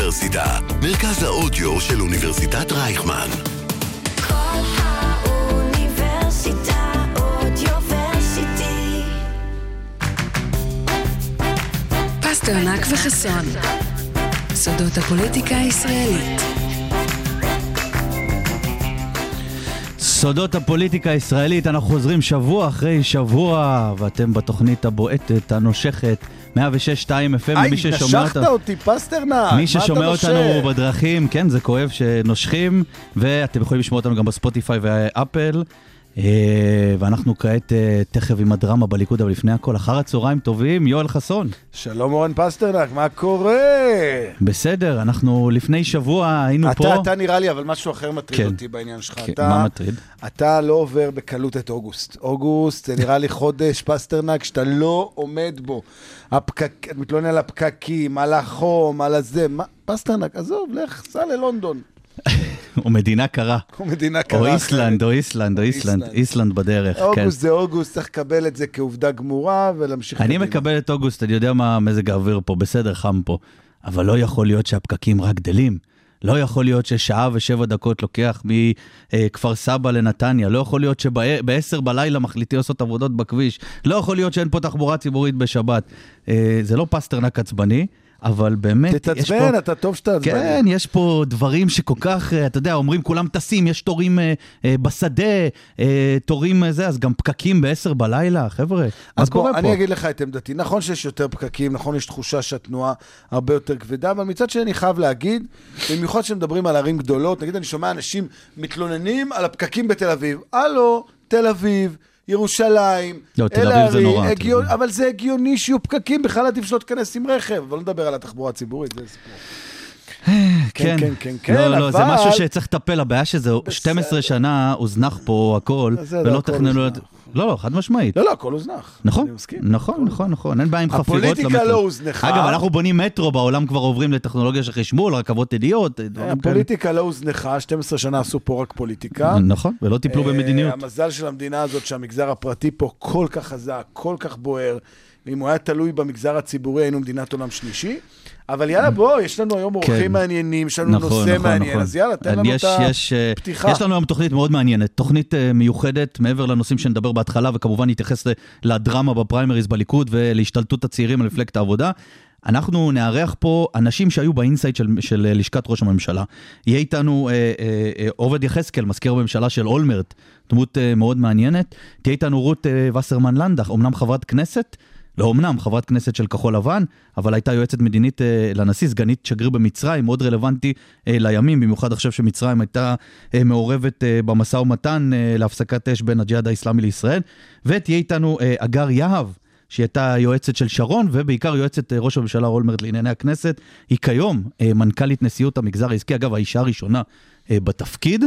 האוניברסיטה, מרכז האודיו של אוניברסיטת רייכמן. כל האוניברסיטה אודיוורסיטי. פסטרנק וחסון, סודות הפוליטיקה הישראלית. סודות הפוליטיקה הישראלית, אנחנו חוזרים שבוע אחרי שבוע, ואתם בתוכנית הבועטת, הנושכת, 106.2 FM. נשכת אותי, פסטרנק. מי ששומע אותנו בדרכים, כן, זה כואב שנושכים, ואתם יכולים לשמוע אותנו גם בספוטיפיי ואפל, ואנחנו כעת תכף עם הדרמה בליכוד, אבל לפני הכל, אחר הצהריים טובים, יואל חסון. שלום אורן פסטרנק, מה קורה? בסדר, אנחנו לפני שבוע היינו פה. אתה נראה לי, אבל משהו אחר מטריד אותי בעניין שלך. מה מטריד? אתה לא עובר בקלות את אוגוסט. אוגוסט, זה נראה לי חודש, פסטרנק, שאתה לא עומד בו. מתלונן על הפקקים, על החום, על הזה. פסטרנק, עזוב, לך, סע ללונדון. או מדינה קרה. או איסלנד בדרך. אוגוסט זה אוגוסט, צריך לקבל את זה כעובדה גמורה ולהמשיך. אני מקבל את אוגוסט, אני יודע מה מזג האוויר פה, בסדר, חם פה, אבל לא יכול להיות שהפקקים רק גדלים. לא יכול להיות ששעה ו7 דקות לוקח מכפר סבא לנתניה. לא יכול להיות שב10 בלילה מחליטי לעשות עבודות בכביש. לא יכול להיות שאין פה תחבורה ציבורית בשבת. זה לא פסטרנק עצבני. אבל באמת תתעצבן, אתה טוב שאתה עצבני. כן, יש פה דברים שכל כך, אתה יודע, אומרים כולם טסים, יש תורים בשדה, תורים זה, אז גם פקקים ב10 בלילה, חבר'ה. אז בוא, אני אגיד לך את עמדתי. נכון שיש יותר פקקים, נכון יש תחושה שהתנועה הרבה יותר כבדה, אבל מצד שני אני חייב להגיד, במיוחד שמדברים על ערים גדולות, נגיד אני שומע אנשים מתלוננים על הפקקים בתל אביב. הלו, תל אביב, ירושלים, לא, תל אביב זה נורא. אבל זה הגיוני שיהיו פקקים, בכלל עדיף שלא תכנס עם רכב, אבל לא נדבר על התחבורה הציבורית, זה סיפור. כן, לא, זה משהו שצריך לטפל, הבעיה שזה 12 שנה הוזנח פה הכל, ולא תכננו... לא, חד משמעית. לא, הכל הוזנח. נכון, אין בעיה עם חפירות. הפוליטיקה לא הוזנחה. אגב, אנחנו בונים מטרו, בעולם כבר עוברים לטכנולוגיה של חשמול, רכבות עיליות. הפוליטיקה לא הוזנחה, 12 שנה עשו פה רק פוליטיקה. נכון, ולא טיפלו במדיניות. המזל של המדינה הזאת שהמגזר הפרטי פה כל כך חזק, כל כך בוער, ואם הוא היה תלוי במגזר הציבורי, היינו מדינת עולם שלישי. אבל יאללה, בוא, יש לנו היום אורחים מעניינים, יש לנו נושא מעניין, אז יאללה, תן לנו את הפתיחה. יש לנו היום תוכנית מאוד מעניינת, תוכנית מיוחדת, מעבר לנושאים שנדבר בהתחלה, וכמובן נתייחס לדרמה בפריימריז בליכוד, ולהשתלטות הצעירים על מפלגת העבודה. אנחנו נארח פה אנשים שהיו באינסייט של לשכת ראש הממשלה. יהיה איתנו עובד יחזקאל, מזכיר הממשלה של אולמרט, דמות מאוד מעניינת. תהיה איתנו רות וסרמן לנדח, אומנם חברת כנסת, לא אמנם, חברת כנסת של כחול לבן, אבל הייתה יועצת מדינית לנשיא, סגנית שגריר במצרים, מאוד רלוונטי לימים, במיוחד עכשיו שמצרים הייתה מעורבת במשא ומתן להפסקת אש בין הג'יהאד האסלאמי לישראל, ותהיה איתנו אגר יהב, שהיא הייתה יועצת של שרון, ובעיקר יועצת ראש הממשלה אולמרט לענייני הכנסת, היא כיום מנכ"לית נשיאות המגזר העסקי, אגב, האישה הראשונה בתפקיד.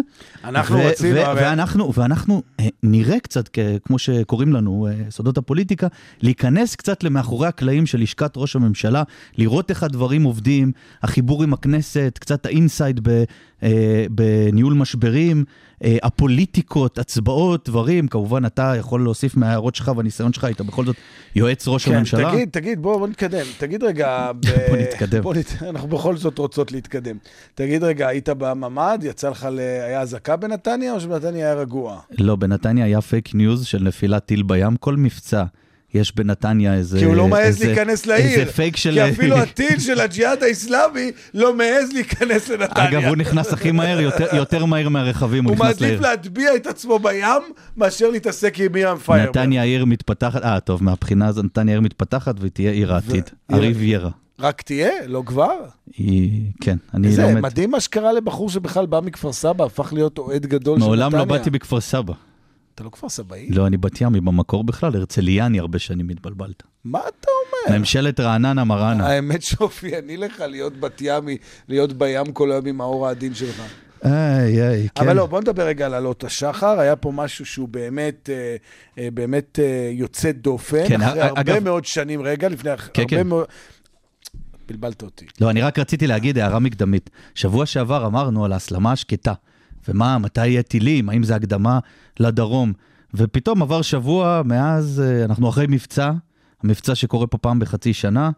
ואנחנו נראה קצת, כמו שקוראים לנו, סודות הפוליטיקה, להיכנס קצת למאחורי הקלעים של לשכת ראש הממשלה, לראות איך הדברים עובדים, החיבור עם הכנסת, קצת האינסייד בניהול משברים, הפוליטיקות, הצבעות, דברים, כמובן אתה יכול להוסיף מההערות שלך והניסיון שלך, היית בכל זאת יועץ ראש הממשלה. תגיד, בוא נתקדם. תגיד רגע, בוא נתקדם. אנחנו בכל זאת רוצות להתקדם. תגיד רגע, היית בממד, יצא לך, היה הזקה בנתניה, או שבנתניה היה רגוע? לא, בנתניה היה פייק ניוז של נפילת טיל בים, כל מבצע. יש בנתניה איזה... כי הוא לא מעז להיכנס לעיר. איזה פייק של... כי אפילו הטיל של הג'יהאד האסלאמי לא מעז להיכנס לנתניה. אגב, הוא נכנס הכי מהר, יותר מהר מהרכבים, הוא נכנס לעיר. הוא מעדיף להטביע את עצמו בים, מאשר להתעסק עם מירם פיירברג. נתניה עיר מתפתחת, טוב, מהבחינה הזו נתניה עיר מתפתחת, והיא תהיה עיר העתיד. הריביירה. רק תהיה? לא כבר? כן, אני לא... מדהים מה שקרה לבחור שבכלל בא מכפר סבא, הפך להיות אוהד גדול של נתניה. מעולם לא באתי בכפר סבא. אתה לא כפר סבאי? לא, אני בת ימי במקור בכלל, הרצליאני הרבה שנים מתבלבלת. מה אתה אומר? ממשלת רעננה מראנה. האמת שאופייני לך להיות בת ימי, להיות בים כל היום עם האור העדין שלך. כן. אבל לא, בוא נדבר רגע על עלות השחר, היה פה משהו שהוא באמת יוצא דופן, אחרי הרבה מאוד שנים, רגע, לפני הרבה מאוד... בלבלת אותי. לא, אני רק רציתי להגיד הערה מקדמית. שבוע שעבר אמרנו על ההסלמה השקטה. ומה, מתי יהיה טילים, האם זה הקדמה לדרום, ופתאום עבר שבוע, מאז אנחנו אחרי מבצע, המבצע שקורה פה פעם בחצי שנה,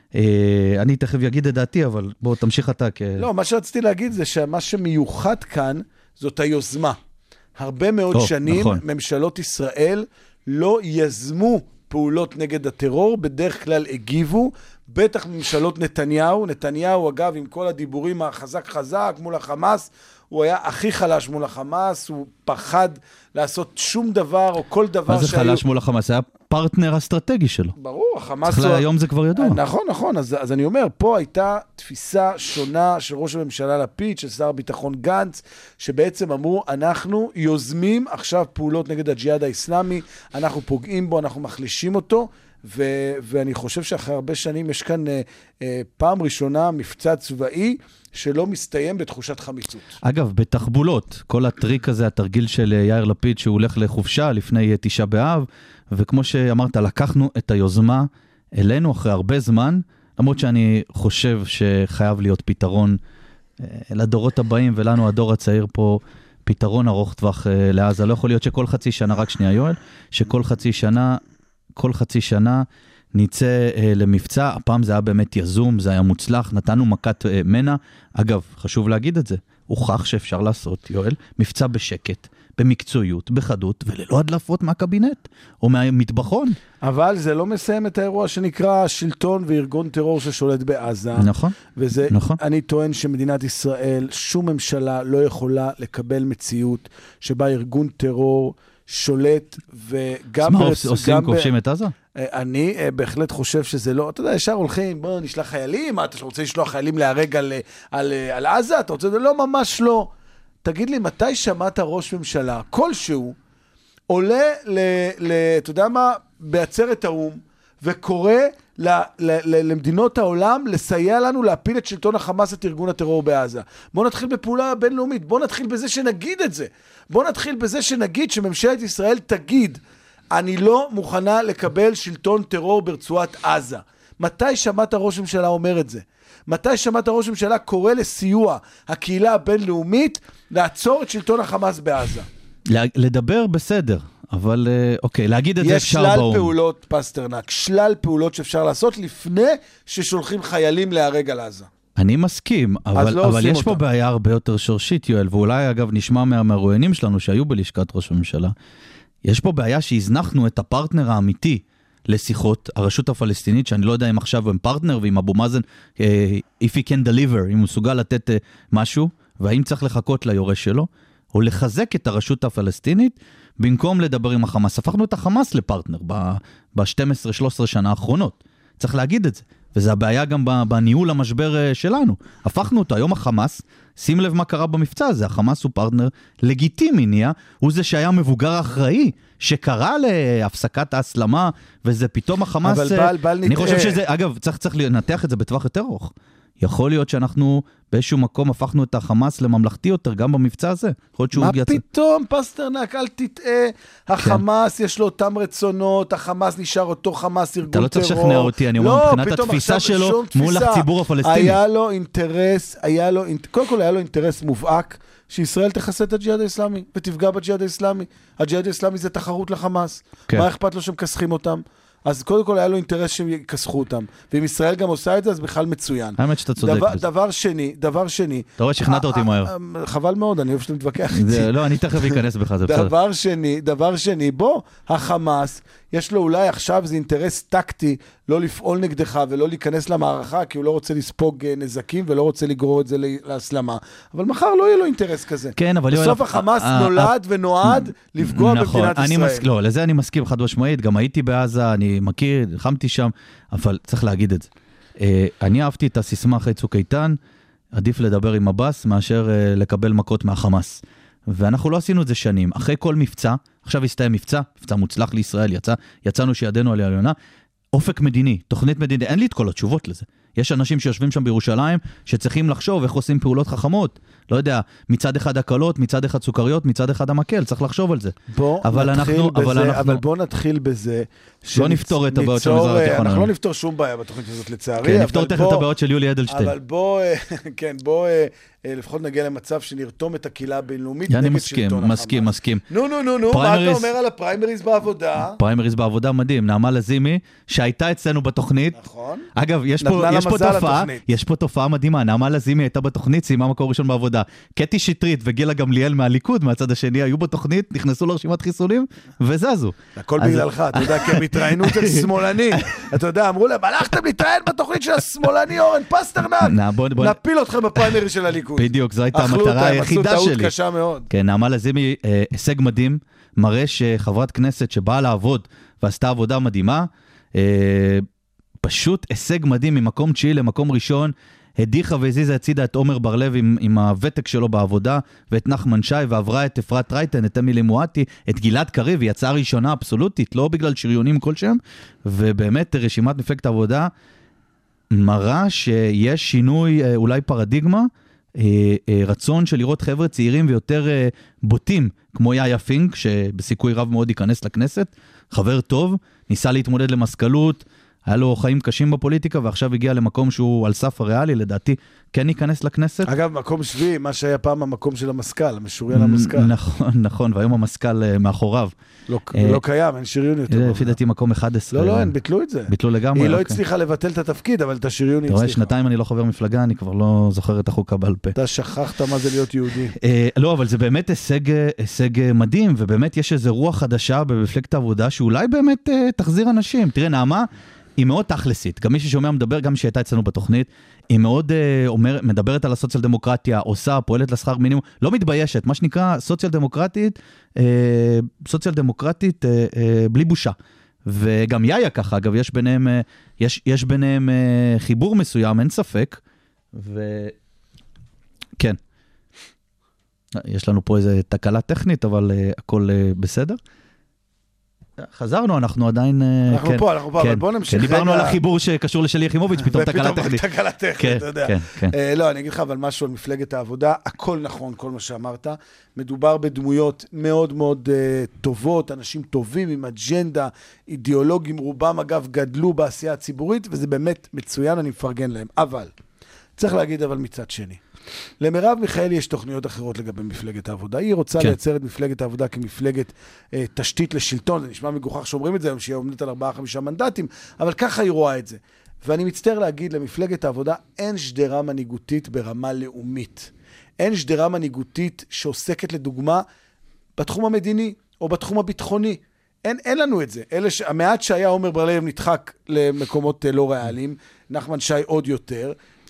אני תכף אגיד את דעתי, אבל בוא תמשיך אתה. לא, מה שרציתי להגיד זה שמה שמיוחד כאן, זאת היוזמה. הרבה מאוד שנים נכון. ממשלות ישראל לא יזמו פעולות נגד הטרור, בדרך כלל הגיבו, בטח ממשלות נתניהו. נתניהו, אגב, עם כל הדיבורים החזק חזק מול החמאס, הוא היה הכי חלש מול החמאס, הוא פחד לעשות שום דבר או כל דבר מה זה חלש מול החמאס? היה פרטנר אסטרטגי שלו. ברור, החמאס... צריך היום זה כבר ידוע. נכון, אז אני אומר, פה הייתה תפיסה שונה של ראש הממשלה לפיד, של שר הביטחון גנץ, שבעצם אמרו, אנחנו יוזמים עכשיו פעולות נגד הג'יהאד האסלאמי, אנחנו פוגעים בו, אנחנו מחלישים אותו, ואני חושב שאחרי הרבה שנים יש כאן פעם ראשונה מבצע צבאי שלא מסתיים בתחושת חמיצות. אגב, בתחבולות, כל הטריק הזה, התרגיל של יאיר לפיד שהוא הולך לחופשה לפני 9 באב, וכמו שאמרת, לקחנו את היוזמה אלינו אחרי הרבה זמן, למרות שאני חושב שחייב להיות פתרון לדורות הבאים, ולנו הדור הצעיר פה, פתרון ארוך טווח לעזה. לא יכול להיות שכל חצי שנה, רק שנייה יואל, שכל חצי שנה ניצא למבצע, הפעם זה היה באמת יזום, זה היה מוצלח, נתנו מכת מנע. אגב, חשוב להגיד את זה, הוכח שאפשר לעשות, יואל, מבצע בשקט, במקצועיות, בחדות, וללא הדלפות מהקבינט, או מהמטבחון. אבל זה לא מסיים את האירוע שנקרא שלטון וארגון טרור ששולט בעזה. נכון. וזה, נכון. אני טוען שמדינת ישראל, שום ממשלה לא יכולה לקבל מציאות שבה ארגון טרור שולט, וגם... מה עושים, כובשים את עזה? אני בהחלט חושב שזה לא, אתה יודע, ישר הולכים, בוא נשלח חיילים, אתה רוצה לשלוח חיילים להרג על עזה? אתה רוצה, לא, ממש לא. תגיד לי, מתי שמעת ראש ממשלה, כלשהו, עולה אתה יודע מה, בעצרת האום, וקורא למדינות העולם לסייע לנו להפיל את שלטון החמאס, את ארגון הטרור בעזה. בוא נתחיל בפעולה בינלאומית, בוא נתחיל בזה שנגיד את זה. בוא נתחיל בזה שנגיד שממשלת ישראל תגיד, אני לא מוכנה לקבל שלטון טרור ברצועת עזה. מתי שמעת ראש ממשלה אומר את זה? מתי שמעת ראש ממשלה קורא לסיוע הקהילה הבינלאומית לעצור את שלטון החמאס בעזה? לדבר בסדר, אבל אוקיי, להגיד את זה אפשר באום. יש שלל פעולות, פסטרנק, שלל פעולות שאפשר לעשות לפני ששולחים חיילים להרג על עזה. אני מסכים, אבל יש פה בעיה הרבה יותר שורשית, יואל, ואולי אגב נשמע מהמרואיינים שלנו שהיו בלשכת ראש הממשלה. יש פה בעיה שהזנחנו את הפרטנר האמיתי לשיחות, הרשות הפלסטינית, שאני לא יודע אם עכשיו הם פרטנר, ואם אבו מאזן, if he can deliver, אם הוא מסוגל לתת משהו, והאם צריך לחכות ליורש שלו, או לחזק את הרשות הפלסטינית, במקום לדבר עם החמאס. הפכנו את החמאס לפרטנר ב-12-13 שנה האחרונות. צריך להגיד את זה. וזה הבעיה גם בניהול המשבר שלנו. הפכנו אותו, היום החמאס, שים לב מה קרה במבצע הזה, החמאס הוא פרטנר לגיטימי, נהיה, הוא זה שהיה מבוגר אחראי, שקרא להפסקת ההסלמה, וזה פתאום החמאס... אבל בל אני חושב שזה, אגב, צריך לנתח את זה בטווח יותר ארוך. יכול להיות שאנחנו באיזשהו מקום הפכנו את החמאס לממלכתי יותר, גם במבצע הזה. מה פתאום, פסטרנק, אל תטעה, החמאס יש לו אותם רצונות, החמאס נשאר אותו חמאס ארגון טרור. אתה לא צריך לשכנע אותי, אני אומר, מבחינת התפיסה שלו מול הציבור הפלסטיני. היה לו אינטרס, קודם כל היה לו אינטרס מובהק, שישראל תחסה את הג'יהאד האסלאמי, ותפגע בג'יהאד האסלאמי. הג'יהאד האסלאמי זה תחרות לחמאס. מה אכפת לו שמכסחים אותם? אז קודם כל היה לו אינטרס שהם יכסחו אותם. ואם ישראל גם עושה את זה, אז בכלל מצוין. האמת שאתה צודק. דבר שני. אתה רואה, שכנעת אותי מהר. חבל מאוד, אני אוהב שאתה מתווכח איתי. לא, אני תכף אכנס בך, זה בסדר. דבר שני, בוא, החמאס, יש לו אולי עכשיו זה אינטרס טקטי, לא לפעול נגדך ולא להיכנס למערכה, כי הוא לא רוצה לספוג נזקים ולא רוצה לגרור את זה להסלמה. אבל מחר לא יהיה לו אינטרס כזה. כן, אבל בסוף החמאס נולד ונועד לפגוע במדינת ישראל. לא, לזה אני מסכים חד משמעית, גם הייתי בעזה, אני מכיר, חמתי שם, אבל צריך להגיד את זה. אני אהבתי את הסיסמה אחרי צוק איתן, עדיף לדבר עם הבאס מאשר לקבל מכות מהחמאס. ואנחנו לא עשינו את זה שנים. אחרי כל מבצע, עכשיו הסתיים מבצע מוצלח לישראל, יצאנו שידנו על העליונה, אופק מדיני, תוכנית מדינית, אין לי את כל התשובות לזה. יש אנשים שיושבים שם בירושלים, שצריכים לחשוב איך עושים פעולות חכמות. לא יודע, מצד אחד הקלות, מצד אחד סוכריות, מצד אחד המקל, צריך לחשוב על זה. אבל בוא נתחיל בזה. לא נפתור את הבעיות של המזרח התיכון. אנחנו לא נפתור שום בעיה בתוכנית הזאת לצערי. כן, נפתור תכף את הבעיות של יולי אדלשטיין. אבל בוא לפחות נגיע למצב שנרתום את הקהילה הבינלאומית נגד שלטון החמאס. מסכים. נו, מה אתה אומר על הפריימריז בעבודה? פריימריז בעבודה מדהים, נעמה לזימי, שהייתה אצלנו בתוכנית. נכון. אגב, יש פה תופעה מדהימה, נעמה לזימי הייתה בתוכנית, סיימה מקור ראשון בעבודה. קטי שטרית וגילה גמליאל מהליכוד, מהצד השני, היו בתוכנית, נכנסו לרשימת חיסולים, וזזו. הכל בגללך, אתה יודע, כי הם התראיינו את שמאלני. אתה יודע, אמרו להם, הלכתם להתראיין בתוכנית של השמאלני אורן פסטרנק, נפיל אתכם בפריימריז של הליכוד. בדיוק, זו הייתה המטרה היחידה שלי. טעות קשה מאוד. כן, נעמה לזימי, הישג מדהים, מראה שחברת כנסת שבאה לעבוד ועשתה עבודה מדהימה, פשוט הישג מדהים ממקום 9 למקום ראשון, הדיחה והזיזה הצידה את עומר בר-לב עם הוותק שלו בעבודה, ואת נחמן שי, ועברה את אפרת רייטן, את אמילי מואטי, את גלעד קריב, היא יצאה ראשונה אבסולוטית, לא בגלל שריונים כלשהם, ובאמת רשימת מפלגת העבודה מראה שיש שינוי, אולי פרדיגמה, רצון של לראות חבר'ה צעירים ויותר בוטים, כמו יאיה פינק, שבסיכוי רב מאוד ייכנס לכנסת, חבר טוב, ניסה להתמודד למסכלות, היה לו חיים קשים בפוליטיקה, ועכשיו הגיע למקום שהוא על סף הריאלי, לדעתי, כן ייכנס לכנסת. אגב, מקום שביעי, מה שהיה פעם המקום של המסכ"ל, המשוריין המסכ"ל. נכון, והיום המסכ"ל מאחוריו. לא קיים, אין שריון יותר. לפי דעתי מקום 11. לא, אין, ביטלו את זה. ביטלו לגמרי. היא לא הצליחה לבטל את התפקיד, אבל את השריון היא הצליחה. שנתיים אני לא חבר מפלגה, אני כבר לא זוכר את החוקה בעל פה. אתה שכחת מה זה להיות יהודי. לא, אבל זה באמת הישג מדהים, ובאמת יש איזו רוח חדשה במפלגת העבודה, שאולי באמת תחזיר אנשים. תראה, נעמה, היא מאוד תכלסית, גם מי ששומע מדבר, גם שהייתה אצלנו בתוכנית, היא מאוד מדברת על הסוציאל דמוקרטיה, עושה, פועלת לשכר מינימום, לא מתביישת, מה שנקרא סוציאל דמוקרטית בלי בושה. וגם יאיה ככה, אגב, יש ביניהם חיבור מסוים, אין ספק, כן. יש לנו פה איזו תקלה טכנית, אבל הכל בסדר. חזרנו, אנחנו עדיין... אנחנו פה, אבל בוא נמשיך. דיברנו על החיבור שקשור לשלי יחימוביץ', פתאום תקלה טכנית. ופתאום תקלה טכנית, אתה יודע. לא, אני אגיד לך אבל משהו על מפלגת העבודה, הכל נכון, כל מה שאמרת. מדובר בדמויות מאוד מאוד טובות, אנשים טובים עם אג'נדה, אידיאולוגים, רובם אגב גדלו בעשייה הציבורית, וזה באמת מצוין, אני מפרגן להם. אבל, צריך להגיד אבל מצד שני. למרב מיכאלי יש תוכניות אחרות לגבי מפלגת העבודה. היא רוצה לייצר את מפלגת העבודה כמפלגת תשתית לשלטון. זה נשמע מגוחך שאומרים את זה, שהיא עומדת על 4-5 מנדטים, אבל ככה היא רואה את זה. ואני מצטער להגיד, למפלגת העבודה אין שדרה מנהיגותית ברמה לאומית. אין שדרה מנהיגותית שעוסקת לדוגמה בתחום המדיני או בתחום הביטחוני. אין לנו את זה. המעט שהיה עומר בר-לב נדחק למקומות לא ריאליים, נחמן שי עוד יותר.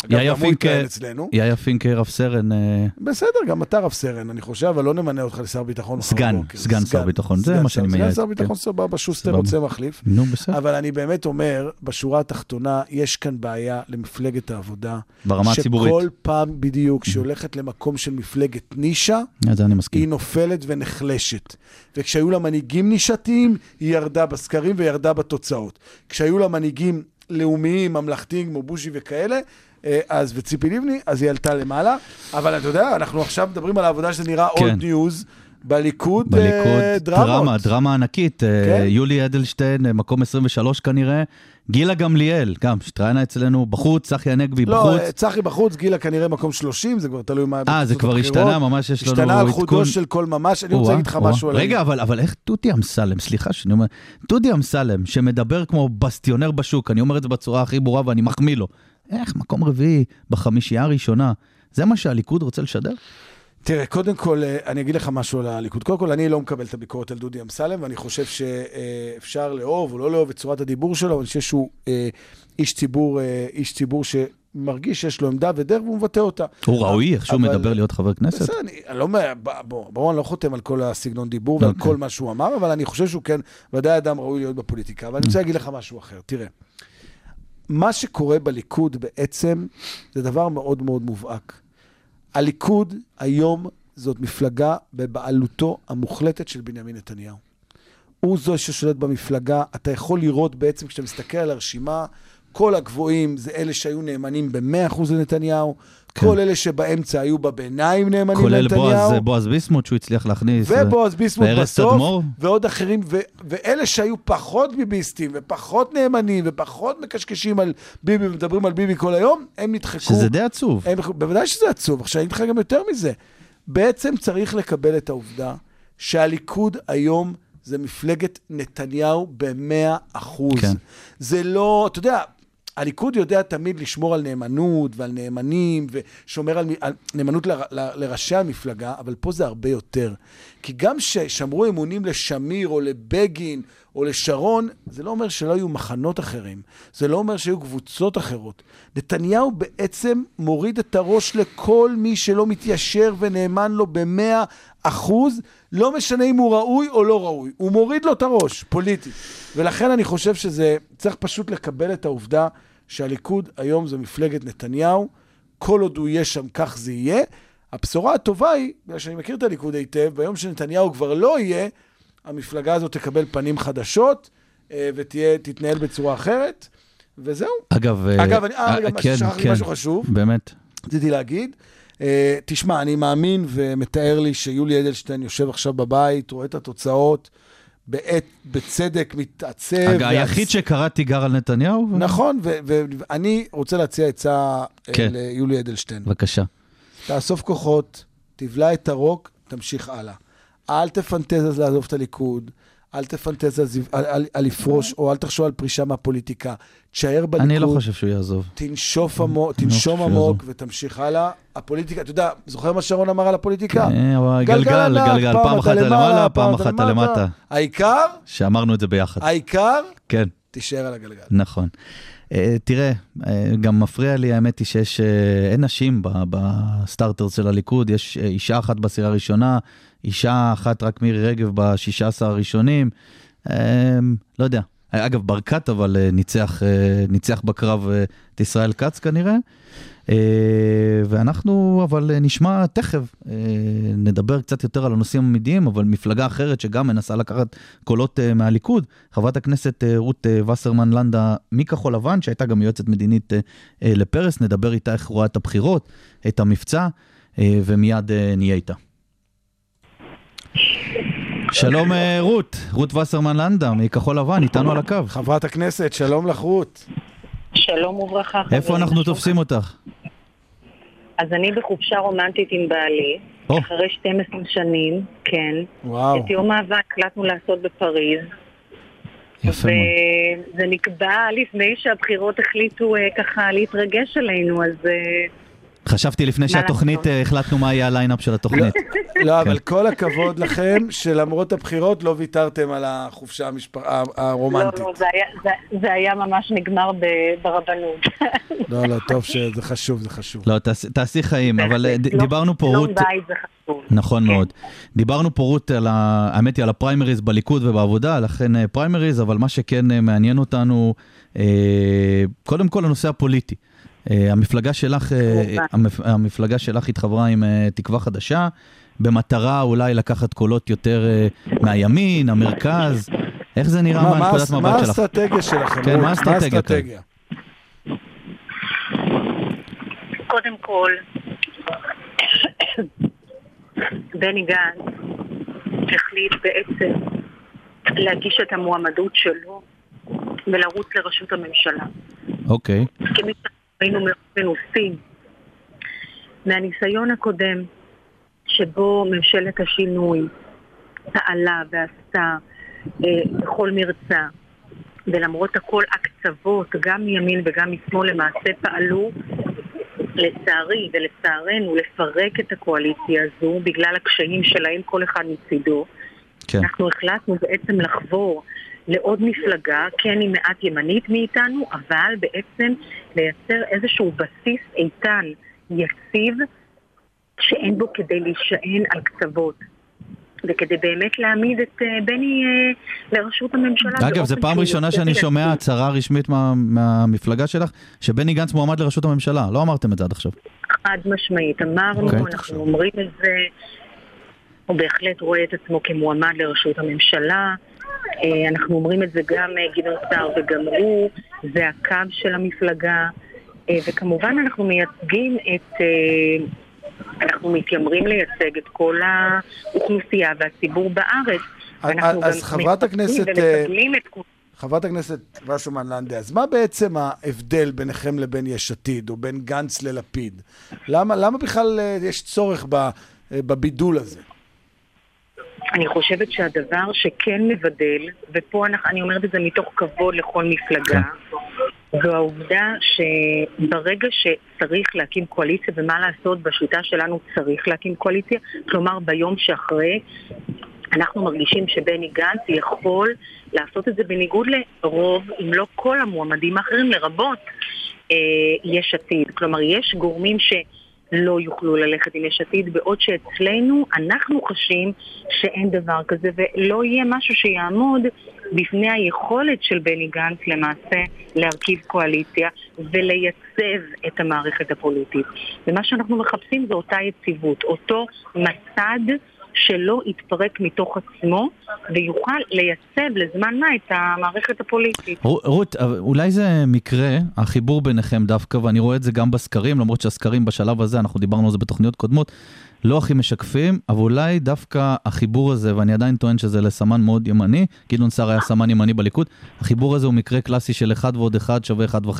יאיה פינק רב סרן. בסדר, גם אתה רב סרן, אני חושב, אבל לא נמנה אותך לשר ביטחון. סגן שר ביטחון, זה מה שאני מייעץ. סגן שר ביטחון סבבה, שוסטר רוצה מחליף. אבל אני באמת אומר, בשורה התחתונה, יש כאן בעיה למפלגת העבודה. ברמה הציבורית. שכל פעם בדיוק שהולכת למקום של מפלגת נישה, היא נופלת ונחלשת. וכשהיו לה מנהיגים נישתיים, היא ירדה בסקרים וירדה בתוצאות. כשהיו לה מנהיגים לאומיים, ממלכתיים, כמו בוז'י וכאלה, אז וציפי לבני, אז היא עלתה למעלה, אבל אתה יודע, אנחנו עכשיו מדברים על העבודה שזה נראה עוד ניוז, בליכוד דרמה ענקית, יולי אדלשטיין, מקום 23 כנראה, גילה גמליאל, גם שטריינה אצלנו, בחוץ, צחי הנגבי בחוץ. לא, צחי בחוץ, גילה כנראה מקום 30, זה כבר תלוי מה... זה כבר השתנה, ממש יש לנו... השתנה על חודו של כל ממש, אני רוצה להגיד לך משהו עליי. רגע, אבל איך דודי אמסלם, סליחה שאני אומר, דודי אמסלם, שמדבר כמו בסטיונר בשוק, אני אומר את זה בצורה הכי ברורה ואני מחמיא לו. איך מקום רביעי בחמישייה הראשונה, זה מה שהליכוד רוצה לשדר? תראה, קודם כל, אני אגיד לך משהו על הליכוד. קודם כל, אני לא מקבל את הביקורת על דודי אמסלם, ואני חושב שאפשר לאהוב או לא לאהוב את צורת הדיבור שלו, אבל אני חושב שהוא איש ציבור שמרגיש שיש לו עמדה ודרך, והוא מבטא אותה. הוא ראוי, איך שהוא מדבר להיות חבר כנסת? ברור, אני לא חותם על כל הסגנון דיבור ועל כל מה שהוא אמר, אבל אני חושב שהוא כן, ודאי אדם ראוי להיות בפוליטיקה. אבל אני רוצה להגיד לך משהו אחר. תראה, מה שקורה בליכוד בעצם, זה דבר מאוד מאוד מובהק. הליכוד היום זאת מפלגה בבעלותו המוחלטת של בנימין נתניהו. הוא זו ששולט במפלגה, אתה יכול לראות בעצם כשאתה מסתכל על הרשימה, כל הגבוהים זה אלה שהיו נאמנים ב100% לנתניהו, כל אלה שבאמצע היו בביניים נאמנים כולל לנתניהו. בועז ביסמוט שהוא הצליח להכניס. ובועז ביסמוט בסוף, תדמור. ועוד אחרים, ואלה שהיו פחות ביביסטים, ופחות נאמנים, ופחות מקשקשים על ביבי, ומדברים על ביבי כל היום, הם נדחקו. שזה די עצוב. בוודאי שזה עצוב, עכשיו אני נדחק גם יותר מזה. בעצם צריך לקבל את העובדה, שהליכוד היום זה מפלגת נתניהו ב-100%. כן. זה לא, אתה יודע, הליכוד יודע תמיד לשמור על נאמנות ועל נאמנים, ושומר על נאמנות לראשי המפלגה, אבל פה זה הרבה יותר. כי גם ששמרו אמונים לשמיר או לבגין או לשרון, זה לא אומר שלא היו מחנות אחרים. זה לא אומר שהיו קבוצות אחרות. נתניהו בעצם מוריד את הראש לכל מי שלא מתיישר ונאמן לו ב-100%, לא משנה אם הוא ראוי או לא ראוי. הוא מוריד לו את הראש, פוליטית. ולכן אני חושב שזה צריך פשוט לקבל את העובדה שהליכוד היום זה מפלגת נתניהו, כל עוד הוא יהיה שם כך זה יהיה. הבשורה הטובה היא, בגלל שאני מכיר את הליכוד היטב, ביום שנתניהו כבר לא יהיה, המפלגה הזאת תקבל פנים חדשות, ותתנהל בצורה אחרת, וזהו. אגב, שכחתי משהו חשוב. באמת. רציתי להגיד, תשמע, אני מאמין ומתאר לי שיולי אדלשטיין יושב עכשיו בבית, רואה את התוצאות, בצדק מתעצב. היחיד שקרא תיגר על נתניהו? נכון, ואני רוצה להציע עצה ליולי אדלשטיין. בבקשה. תאסוף כוחות, תבלע את הרוק, תמשיך הלאה. אל תפנטז לעזוב את הליכוד, אל תפנטז על לפרוש, או אל תחשוב על פרישה מהפוליטיקה. תשאר בליכוד. אני לא חושב שהוא יעזוב. תנשום עמוק ותמשיך הלאה. הפוליטיקה, אתה יודע, זוכר מה שרון אמר על הפוליטיקה? גלגל, פעם אחת למעלה, פעם אחת למטה. העיקר? שאמרנו את זה ביחד. העיקר? כן. תישאר על הגלגל. נכון. תראה, גם מפריע לי, האמת היא שיש, אין נשים בסטארטר של הליכוד, יש אישה אחת בסירה הראשונה, אישה אחת רק מירי רגב ב16 הראשונים, לא יודע. אגב, ברקת אבל ניצח בקרב את ישראל כץ כנראה, ואנחנו אבל נשמע תכף, נדבר קצת יותר על הנושאים עמידיים, אבל מפלגה אחרת שגם מנסה לקחת קולות מהליכוד, חברת הכנסת רות וסרמן לנדה מכחול לבן, שהייתה גם יועצת מדינית לפרס, נדבר איתה איך רואה את הבחירות, את המבצע, ומיד נהיה איתה. שלום רות וסרמן לנדה מכחול לבן, איתנו על הקו. חברת הכנסת, שלום לך רות. שלום וברכה. איפה אנחנו תופסים אותך? אז אני בחופשה רומנטית עם בעלי, אחרי 12 שנים, כן. וואו. את יום אהבה הקלטנו לעשות בפריז. יפה מאוד. וזה נקבע לפני שהבחירות החליטו ככה להתרגש עלינו, אז... חשבתי לפני שהתוכנית, החלטנו מה יהיה הליינאפ של התוכנית. לא, אבל כל הכבוד לכם שלמרות הבחירות לא ויתרתם על החופשה הרומנטית. לא, זה היה ממש נגמר ברבנות. לא, טוב שזה חשוב, זה חשוב. לא, תעשי חיים, אבל דיברנו פה רות... לא בית זה חשוב. נכון מאוד. דיברנו פה רות, האמת היא, על הפריימריז בליכוד ובעבודה, לכן פריימריז, אבל מה שכן מעניין אותנו, קודם כל הנושא הפוליטי. המפלגה שלך התחברה עם תקווה חדשה, במטרה אולי לקחת קולות יותר מהימין, המרכז. איך זה נראה מהנקודת מבט שלך? מה האסטרטגיה שלכם? כן, מה האסטרטגיה? קודם כל, בני גנץ החליט בעצם להגיש את המועמדות שלו ולרוץ לראשות הממשלה. אוקיי. כמי היינו מנוסים מהניסיון הקודם שבו ממשלת השינוי פעלה ועשתה בכל מרצה, ולמרות הכל הקצוות גם מימין וגם משמאל למעשה פעלו לצערי ולצערנו לפרק את הקואליציה הזו בגלל הקשיים שלהם כל אחד מצידו. כן. אנחנו החלטנו בעצם לחבור לעוד מפלגה, כן היא מעט ימנית מאיתנו, אבל בעצם לייצר איזשהו בסיס איתן, יציב, שאין בו כדי להישען על קצוות. וכדי באמת להעמיד את בני לראשות הממשלה. אגב, זה פעם ראשונה שאני שומע הצהרה רשמית מהמפלגה שלך, שבני גנץ מועמד לראשות הממשלה. לא אמרתם את זה עד עכשיו. חד משמעית. אמרנו, אנחנו אומרים את זה, הוא בהחלט רואה את עצמו כמועמד לראשות הממשלה. אנחנו אומרים את זה גם גדעון סער וגם הוא, זה הקו של המפלגה. וכמובן אנחנו מייצגים אנחנו מתיימרים לייצג את כל האוכלוסייה והציבור בארץ. אז חברת הכנסת ושמן לנדה, אז מה בעצם ההבדל ביניכם לבין יש עתיד, או בין גנץ ללפיד? למה בכלל יש צורך בבידול הזה? אני חושבת שהדבר שכן מבדל, ופה אני אומרת את זה מתוך כבוד לכל מפלגה, זו העובדה שברגע שצריך להקים קואליציה, ומה לעשות בשיטה שלנו צריך להקים קואליציה, כלומר ביום שאחרי, אנחנו מרגישים שבני גנץ יכול לעשות את זה בניגוד לרוב, אם לא כל המועמדים האחרים, לרבות יש עתיד. כלומר, יש גורמים שלא יוכלו ללכת עם יש עתיד, בעוד שאצלנו אנחנו חשים שאין דבר כזה, ולא יהיה משהו שיעמוד בפני היכולת של בני גנץ למעשה להרכיב קואליציה ולייצב את המערכת הפוליטית. ומה שאנחנו מחפשים זה אותה יציבות, אותו מסד שלא יתפרק מתוך עצמו ויוכל לייצב לזמן מה את המערכת הפוליטית. רות, אולי זה מקרה, החיבור ביניכם דווקא, ואני רואה את זה גם בסקרים, למרות שהסקרים בשלב הזה, אנחנו דיברנו על זה בתוכניות קודמות, לא הכי משקפים, אבל אולי דווקא החיבור הזה, ואני עדיין טוען שזה לסמן מאוד ימני, גדעון סער היה סמן ימני בליכוד, החיבור הזה הוא מקרה קלאסי של 1 ועוד 1 שווה 1.5?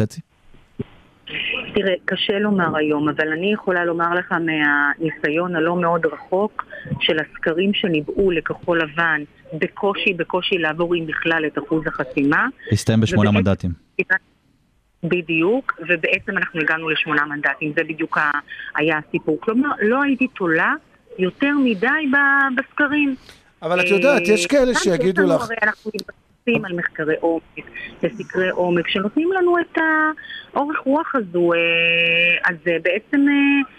תראה, קשה לומר היום, אבל אני יכולה לומר לך מהניסיון הלא מאוד רחוק של הסקרים שניבאו לכחול לבן בקושי לעבור עם בכלל את אחוז החסימה. הסתיים ב8 מנדטים. בדיוק, ובעצם אנחנו הגענו ל8 מנדטים, זה בדיוק היה הסיפור. כלומר, לא הייתי תולה יותר מדי בסקרים. אבל את יודעת, יש כאלה שיגידו לך... אנחנו מתבססים על מחקרי עומק, וסקרי עומק, שנותנים לנו את האורך רוח הזו, אז בעצם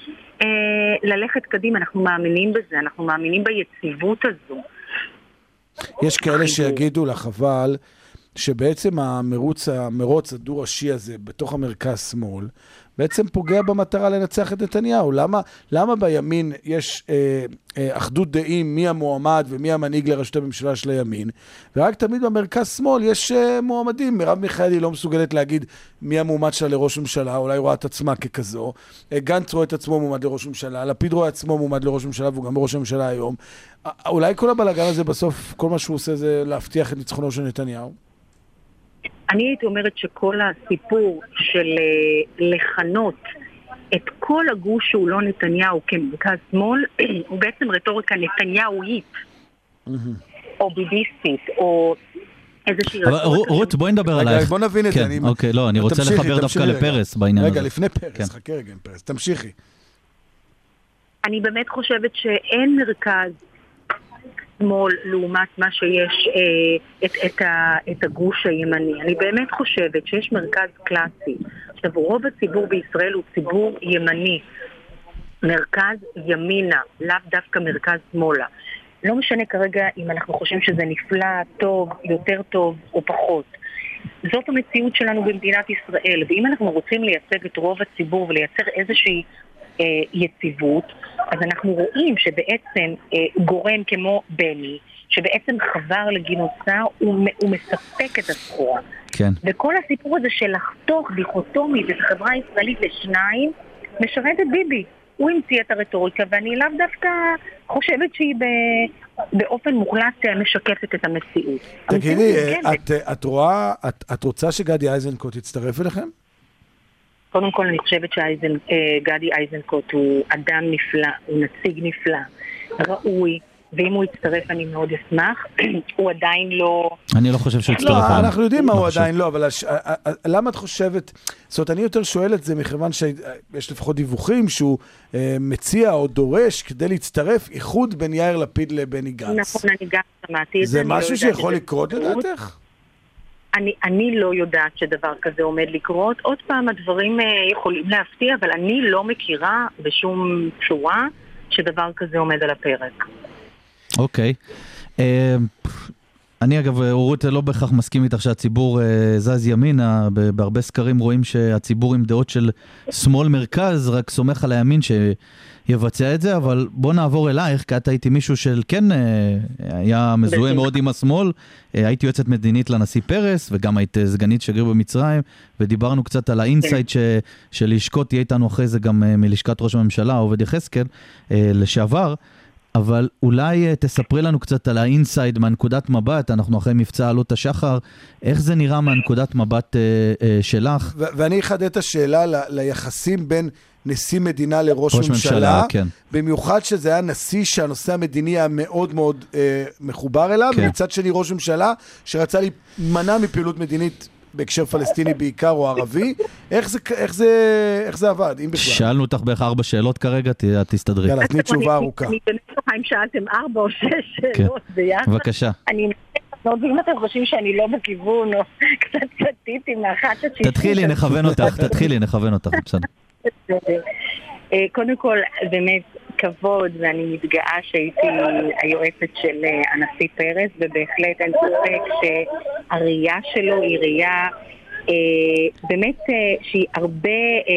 ללכת קדימה, אנחנו מאמינים בזה, אנחנו מאמינים ביציבות הזו. יש כאלה שיגידו לך, אבל שבעצם המרוץ הדו-ראשי הזה בתוך המרכז שמאל, בעצם פוגע במטרה לנצח את נתניהו. למה בימין יש אחדות דעים מי המועמד ומי המנהיג לראשות הממשלה של הימין, ורק תמיד במרכז שמאל יש מועמדים. מרב מיכאלי לא מסוגלת להגיד מי המועמד שלה לראש ממשלה, אולי רואה את עצמה ככזו, גנץ רואה את עצמו מועמד לראש ממשלה, לפיד רואה את עצמו מועמד לראש ממשלה, והוא גם ראש הממשלה היום. אולי כל הבלגן הזה בסוף, כל מה שהוא עושה זה להבטיח את ניצחונו של נתניהו? אני הייתי אומרת שכל הסיפור של לכנות את כל הגוש שהוא לא נתניהו כמרכז שמאל, הוא בעצם רטוריקה נתניהואית, או ביביסטית, או איזושהי רטוריקה. רות, בואי נדבר עלייך. בוא נבין את זה. אוקיי, לא, אני רוצה לחבר דווקא לפרס בעניין הזה. רגע, לפני פרס, חכה רגע עם פרס, תמשיכי. אני באמת חושבת שאין מרכז שמאל לעומת מה שיש את הגוש הימני. אני באמת חושבת שיש מרכז קלאסי. עכשיו, רוב הציבור בישראל הוא ציבור ימני. מרכז ימינה, לאו דווקא מרכז שמאלה. לא משנה כרגע אם אנחנו חושבים שזה נפלא, טוב, יותר טוב או פחות. זאת המציאות שלנו במדינת ישראל. ואם אנחנו רוצים לייצג את רוב הציבור ולייצר איזושהי יציבות, אז אנחנו רואים שבעצם גורם כמו בני, שבעצם חבר לגדעון סער, הוא מספק את הסחורה. כן. וכל הסיפור הזה של לחתוך דיכוטומית את החברה הישראלית לשניים, משרת את ביבי. הוא המציא את הרטוריקה, ואני לאו דווקא חושבת שהיא באופן מוחלט משקפת את המציאות. תגידי, את רוצה שגדי איזנקוט יצטרף אליכם? קודם כל אני חושבת שגדי איזנקוט הוא אדם נפלא, הוא נציג נפלא, ראוי, ואם הוא יצטרף אני מאוד אשמח. הוא עדיין לא... אני לא חושב שהוא יצטרף. לא, אנחנו יודעים מה הוא עדיין לא, אבל למה את חושבת... זאת אומרת, אני יותר שואל את זה מכיוון שיש לפחות דיווחים שהוא מציע או דורש כדי להצטרף איחוד בין יאיר לפיד לבני גנץ. נכון, אני גם שמעתי את זה. זה משהו שיכול לקרות לדעתך? אני לא יודעת שדבר כזה עומד לקרות. עוד פעם, הדברים יכולים להפתיע, אבל אני לא מכירה בשום צורה שדבר כזה עומד על הפרק. אוקיי. אני אגב, רות, לא בהכרח מסכים איתך שהציבור זז ימינה, בהרבה סקרים רואים שהציבור עם דעות של שמאל מרכז, רק סומך על הימין שיבצע את זה, אבל בוא נעבור אלייך, כי אתה הייתי מישהו של כן היה מזוהה מאוד עם השמאל, הייתי יועצת מדינית לנשיא פרס, וגם היית סגנית שגריר במצרים, ודיברנו קצת על האינסייט של לשקוט, תהיה איתנו אחרי זה גם מלשכת ראש הממשלה, עובד יחזקאל, לשעבר, אבל אולי תספרי לנו קצת על האינסייד מהנקודת מבט, אנחנו אחרי מבצע עלות השחר, איך זה נראה מהנקודת מבט שלך? ואני אחדד את השאלה ליחסים בין נשיא מדינה לראש ממשלה, כן. במיוחד שזה היה נשיא שהנושא המדיני היה מאוד מאוד מחובר אליו, כן. ומצד שני ראש ממשלה שרצה להימנע מפעילות מדינית בהקשר פלסטיני בעיקר או ערבי, איך זה עבד, אם בכלל? שאלנו אותך בערך 4 שאלות כרגע, תסתדרי. יאללה, תני תשובה ארוכה. אני באמת חושבת אם שאלתם 4 או 6 שאלות ביחד. בבקשה. אני מאוד, ואם אתם חושבים שאני לא בכיוון, או קצת סטיתי מאחת עד 60. תתחילי, נכוון אותך, בסדר. קודם כל, באמת כבוד, ואני מתגאה שהייתי היועצת של הנשיא פרס, ובהחלט אין ספק שהראייה שלו היא ראייה באמת שהיא הרבה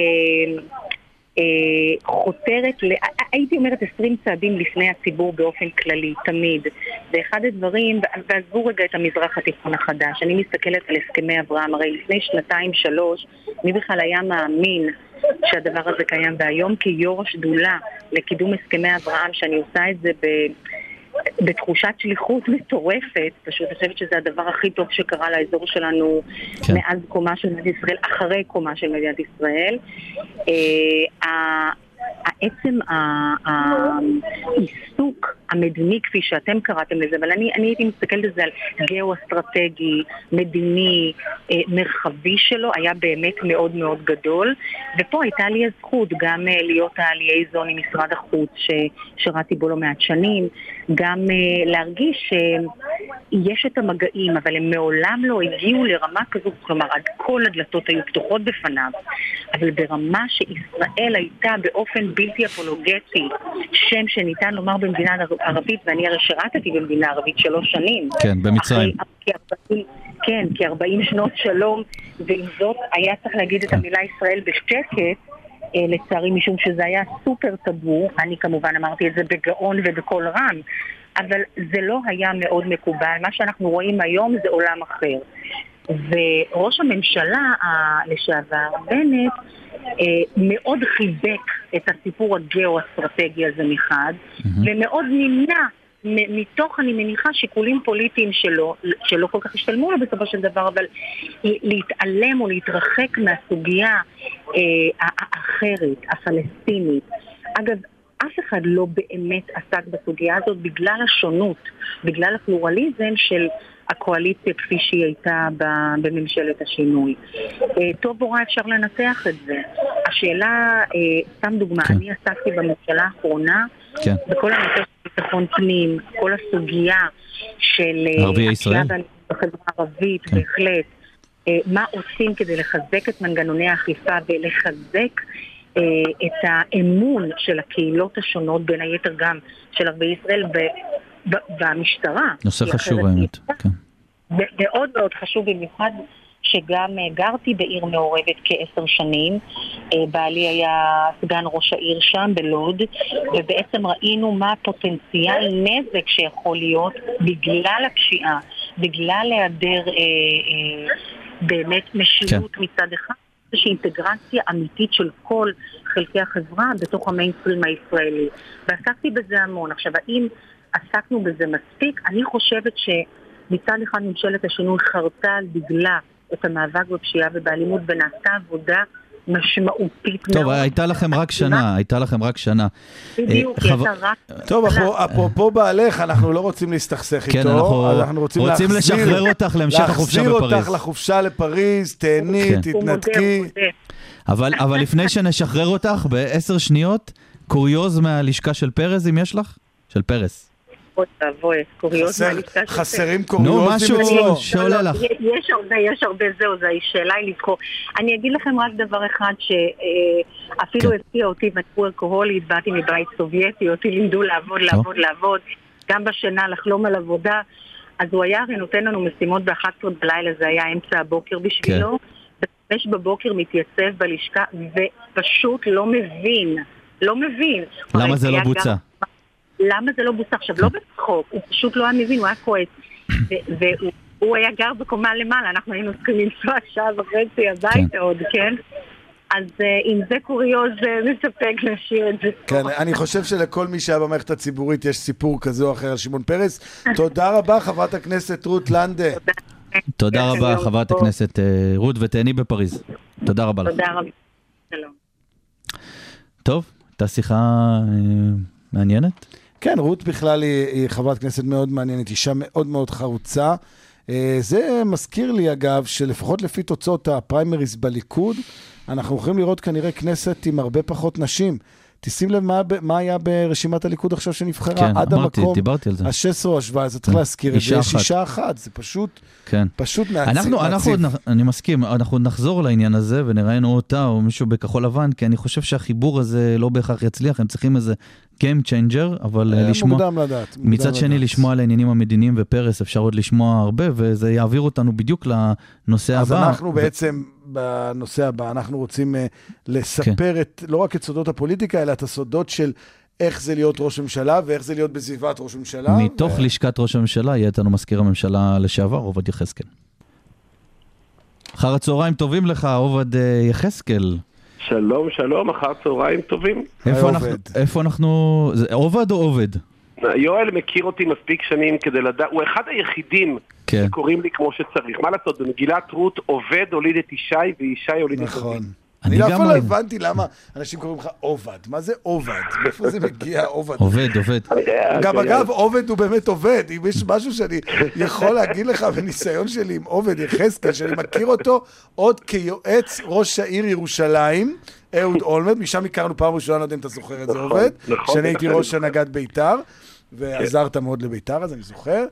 חותרת, הייתי אומרת 20 צעדים לפני הציבור באופן כללי, תמיד. ואחד הדברים, ועזבו רגע את המזרח התיכון החדש, אני מסתכלת על הסכמי אברהם, הרי לפני 2-3, מי בכלל היה מאמין שהדבר הזה קיים, והיום כיו"ר השדולה לקידום הסכמי אברהם, שאני עושה את זה בתחושת שליחות מטורפת, פשוט חושבת שזה הדבר הכי טוב שקרה לאזור שלנו כן. מאז קומה של מדינת ישראל, אחרי קומה של מדינת ישראל. העצם העיסוק המדיני כפי שאתם קראתם לזה, אבל אני הייתי מסתכלת על זה על גיאו-אסטרטגי, מדיני, מרחבי שלו, היה באמת מאוד מאוד גדול, ופה הייתה לי הזכות גם להיות הליאזון עם משרד החוץ ששרתי בו לא מעט שנים, גם להרגיש שיש את המגעים, אבל הם מעולם לא הגיעו לרמה כזו, כלומר כל הדלתות היו פתוחות בפניו, אבל ברמה שישראל הייתה באופן בלתי אפולוגטי, שם שניתן לומר במדינה ערבית, ואני הרי שירתתי במדינה ערבית 3 שנים. כן, במצרים. כן, כ-40 שנות שלום, ועם זאת היה צריך להגיד את המילה ישראל בשקט, לצערי משום שזה היה סופר טבו, אני כמובן אמרתי את זה בגאון ובקול רם, אבל זה לא היה מאוד מקובל. מה שאנחנו רואים היום זה עולם אחר. וראש הממשלה לשעבר, בנט, מאוד חיבק את הסיפור הגאו-אסטרטגי הזה מחד, ומאוד נמנע מתוך, אני מניחה, שיקולים פוליטיים שלא כל כך השתלמו לו בסופו של דבר, אבל להתעלם או להתרחק מהסוגיה האחרת, הפלסטינית. אגב, אף אחד לא באמת עסק בסוגיה הזאת בגלל השונות, בגלל הפלורליזם של הקואליציה כפי שהיא הייתה בממשלת השינוי. טוב או רע אפשר לנתח את זה. השאלה, סתם דוגמה, כן. אני עסקתי בממשלה האחרונה, כן. בכל הנושא של ביטחון פנים, כל הסוגיה של ערבי ישראל? בחברה הערבית, כן. בהחלט. מה עושים כדי לחזק את מנגנוני האכיפה ולחזק את האמון של הקהילות השונות, בין היתר גם של ערבי ישראל במשטרה. נושא חשוב האמת, כן. מאוד מאוד חשוב במיוחד שגם גרתי בעיר מעורבת כ10 שנים, בעלי היה סגן ראש העיר שם בלוד, ובעצם ראינו מה הפוטנציאל נזק שיכול להיות בגלל הפשיעה, בגלל היעדר באמת משילות כן. מצד אחד, איזושהי אינטגרציה אמיתית של כל חלקי החברה בתוך המיינסטרים הישראלי. ועסקתי בזה המון. עכשיו, האם עסקנו בזה מספיק? אני חושבת שמצד אחד ממשלת השינוי חרתה על דגלה את המאבק בפשיעה ובאלימות, ונעשתה עבודה משמעותית מאוד. טוב, הייתה לכם רק שנה. בדיוק, הייתה רק... טוב, אפרופו בעלך, אנחנו לא רוצים להסתכסך איתו, אנחנו רוצים לשחרר אותך להמשך החופשה בפריז. להחזיר אותך לחופשה לפריז, תהני, תתנתקי. אבל לפני שנשחרר אותך, ב10 שניות, קוריוז מהלשכה של פרס, אם יש לך? של פרס. חסרים קוריוזים אצלו. שעולה לך. יש הרבה, זהו, זו שאלה היא לבחור. אני אגיד לכם רק דבר אחד שאפילו הפתיע אותי, ואני אלכוהולית, באתי מבית סובייטי, אותי לימדו לעבוד, גם בשינה לחלום על עבודה, אז הוא היה הרי נותן לנו משימות ב-11 בלילה, זה היה אמצע הבוקר בשבילו, ב-5 בבוקר מתייצב בלשכה, ופשוט לא מבין. למה זה לא בוצע? למה זה לא בוצע? עכשיו, לא בצחוק, הוא פשוט לא היה מבין, הוא היה כועס. והוא היה גר בקומה למעלה, אנחנו היינו צריכים לנסוע שעה וחצי הביתה עוד, כן? אז אם זה קוריוז מספק להשאיר את זה. כן, אני חושב שלכל מי שהיה במערכת הציבורית יש סיפור כזה או אחר על שמעון פרס. תודה רבה, חברת הכנסת רות לנדה. תודה רבה, חברת הכנסת רות, ותהני בפריז. תודה רבה לך. תודה רבה. שלום. טוב, הייתה שיחה מעניינת? כן, רות בכלל היא חברת כנסת מאוד מעניינת, אישה מאוד מאוד חרוצה. זה מזכיר לי אגב, שלפחות לפי תוצאות הפריימריז בליכוד, אנחנו יכולים לראות כנראה כנסת עם הרבה פחות נשים. תשים לב מה היה ברשימת הליכוד עכשיו שנבחרה. כן, עד אמרתי, המקום, דיברתי על זה. ה-16 או ה-17, צריך להזכיר את זה. יש אישה אחת, זה פשוט, כן. פשוט מעציב. אני מסכים, אנחנו נחזור לעניין הזה ונראינו אותה או מישהו בכחול לבן, כי אני חושב שהחיבור הזה לא בהכרח יצליח, הם צריכים איזה game changer, אבל לשמוע, מוקדם לדעת. מצד שני לשמוע על העניינים המדיניים ופרס, אפשר עוד לשמוע הרבה, וזה יעביר אותנו בדיוק לנושא הבא. אז אנחנו בעצם, בנושא הבא, אנחנו רוצים לספר לא רק את סודות הפוליטיקה, אלא את הסודות של איך זה להיות ראש ממשלה, ואיך זה להיות בסביבת ראש ממשלה. מתוך לשכת ראש הממשלה, יהיה איתנו מזכיר הממשלה לשעבר, עובד יחזקאל. אחר הצהריים טובים לך, עובד יחזקאל. שלום, שלום, אחר צהריים טובים. איפה אנחנו... עובד או עובד? יואל מכיר אותי מספיק שנים כדי לדעת, הוא אחד היחידים שקוראים לי כמו שצריך. מה לעשות, במגילת רות עובד הוליד את ישי וישי הוליד את עובד. נכון. אני אף לא הבנתי למה אנשים קוראים לך עובד. מה זה עובד? מאיפה זה מגיע עובד? עובד. גם אגב, עובד הוא באמת עובד. אם יש משהו שאני יכול להגיד לך בניסיון שלי עם עובד יחזקאל, שאני מכיר אותו עוד כיועץ ראש העיר ירושלים, אהוד אולמרט, משם הכרנו פעם ראשונה, לא יודע אם אתה זוכר את זה עובד, שאני הייתי ראש הנהגת בית"ר, ועזרת מאוד לבית"ר, אז אני זוכר,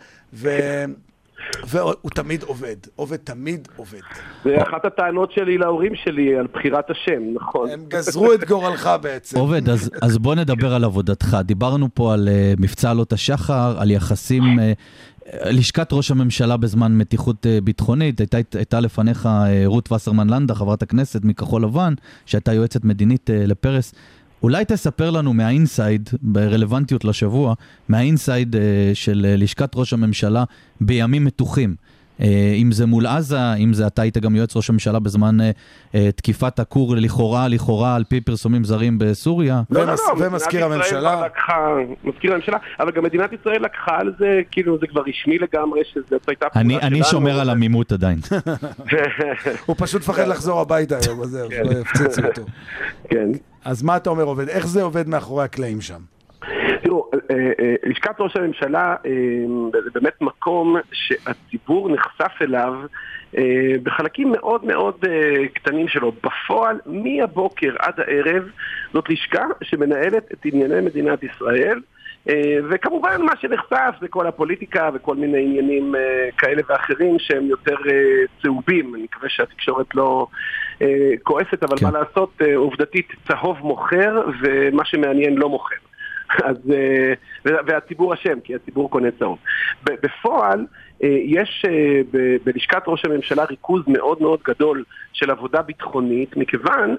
והוא תמיד עובד תמיד עובד. זה אחת הטענות שלי להורים שלי על בחירת השם, נכון. הם גזרו את גורלך בעצם. עובד, אז בוא נדבר על עבודתך. דיברנו פה על מבצע עלות השחר, על יחסים, לשכת ראש הממשלה בזמן מתיחות ביטחונית, הייתה לפניך רות וסרמן לנדה, חברת הכנסת מכחול לבן, שהייתה יועצת מדינית לפרס. אולי תספר לנו מהאינסייד, ברלוונטיות לשבוע, מהאינסייד של לשכת ראש הממשלה בימים מתוחים. אם זה מול עזה, אם זה אתה היית גם יועץ ראש הממשלה בזמן תקיפת הכור לכאורה על פי פרסומים זרים בסוריה. ומזכיר הממשלה. מזכיר הממשלה, אבל גם מדינת ישראל לקחה על זה, כאילו זה כבר רשמי לגמרי, שזה הייתה פעולה שלנו. אני שומר על עמימות עדיין. הוא פשוט פחד לחזור הביתה היום, אז זהו, לא יפציצו אותו. כן. אז מה אתה אומר עובד? איך זה עובד מאחורי הקלעים שם? תראו, לשכת ראש הממשלה זה באמת מקום שהציבור נחשף אליו בחלקים מאוד מאוד קטנים שלו. בפועל, מהבוקר עד הערב, זאת לשכה שמנהלת את ענייני מדינת ישראל, וכמובן מה שנחשף זה כל הפוליטיקה וכל מיני עניינים כאלה ואחרים שהם יותר צהובים. אני מקווה שהתקשורת לא כועסת, אבל מה לעשות, עובדתית צהוב מוכר ומה שמעניין לא מוכר. אז, והציבור אשם, כי הציבור קונה צהוב. בפועל, יש בלשכת ראש הממשלה ריכוז מאוד מאוד גדול של עבודה ביטחונית, מכיוון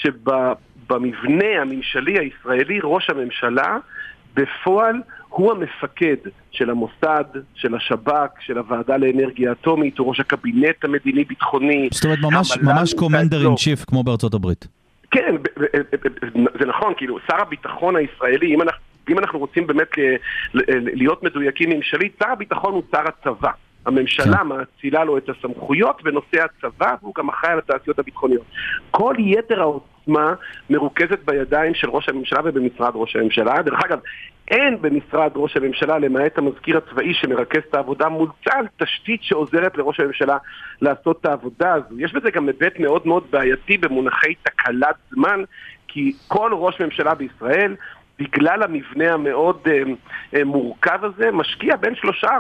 שבמבנה הממשלי הישראלי, ראש הממשלה, בפועל הוא המפקד של המוסד, של השב"כ, של הוועדה לאנרגיה אטומית, הוא ראש הקבינט המדיני-ביטחוני. זאת אומרת, ממש קומנדר אין צ'יף, כמו בארצות הברית. כן, זה נכון, כאילו, שר הביטחון הישראלי, אם אנחנו רוצים באמת להיות מדויקים ממשלית, שר הביטחון הוא שר הצבא. הממשלה מאצילה לו את הסמכויות בנושא הצבא, והוא גם אחראי על התעשיות הביטחוניות. כל יתר העוצמה מרוכזת בידיים של ראש הממשלה ובמשרד ראש הממשלה. דרך אגב, אין במשרד ראש הממשלה, למעט המזכיר הצבאי שמרכז את העבודה, מול צה"ל תשתית שעוזרת לראש הממשלה לעשות את העבודה הזו. יש בזה גם היבט מאוד מאוד בעייתי במונחי תקלת זמן, כי כל ראש ממשלה בישראל, בגלל המבנה המאוד מורכב הזה, משקיע בין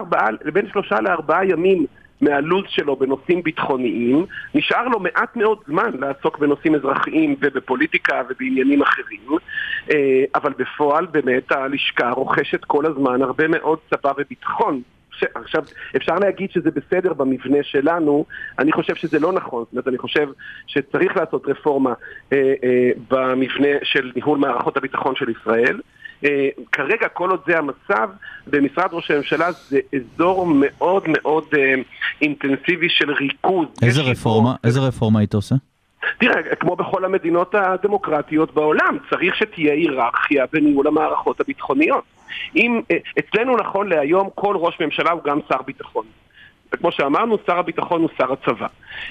3 ל4 ימים מהלוז שלו בנושאים ביטחוניים, נשאר לו מעט מאוד זמן לעסוק בנושאים אזרחיים ובפוליטיקה ובעניינים אחרים, אבל בפועל באמת הלשכה רוכשת כל הזמן הרבה מאוד צבא וביטחון. עכשיו, אפשר להגיד שזה בסדר במבנה שלנו, אני חושב שזה לא נכון, זאת אומרת, אני חושב שצריך לעשות רפורמה במבנה של ניהול מערכות הביטחון של ישראל. כרגע כל עוד זה המצב, במשרד ראש הממשלה זה אזור מאוד מאוד אינטנסיבי של ריכוז. איזה רפורמה היית עושה? תראה, כמו בכל המדינות הדמוקרטיות בעולם, צריך שתהיה היררכיה בניהול המערכות הביטחוניות. אצלנו נכון להיום כל ראש ממשלה הוא גם שר ביטחון. וכמו שאמרנו, שר הביטחון הוא שר הצבא.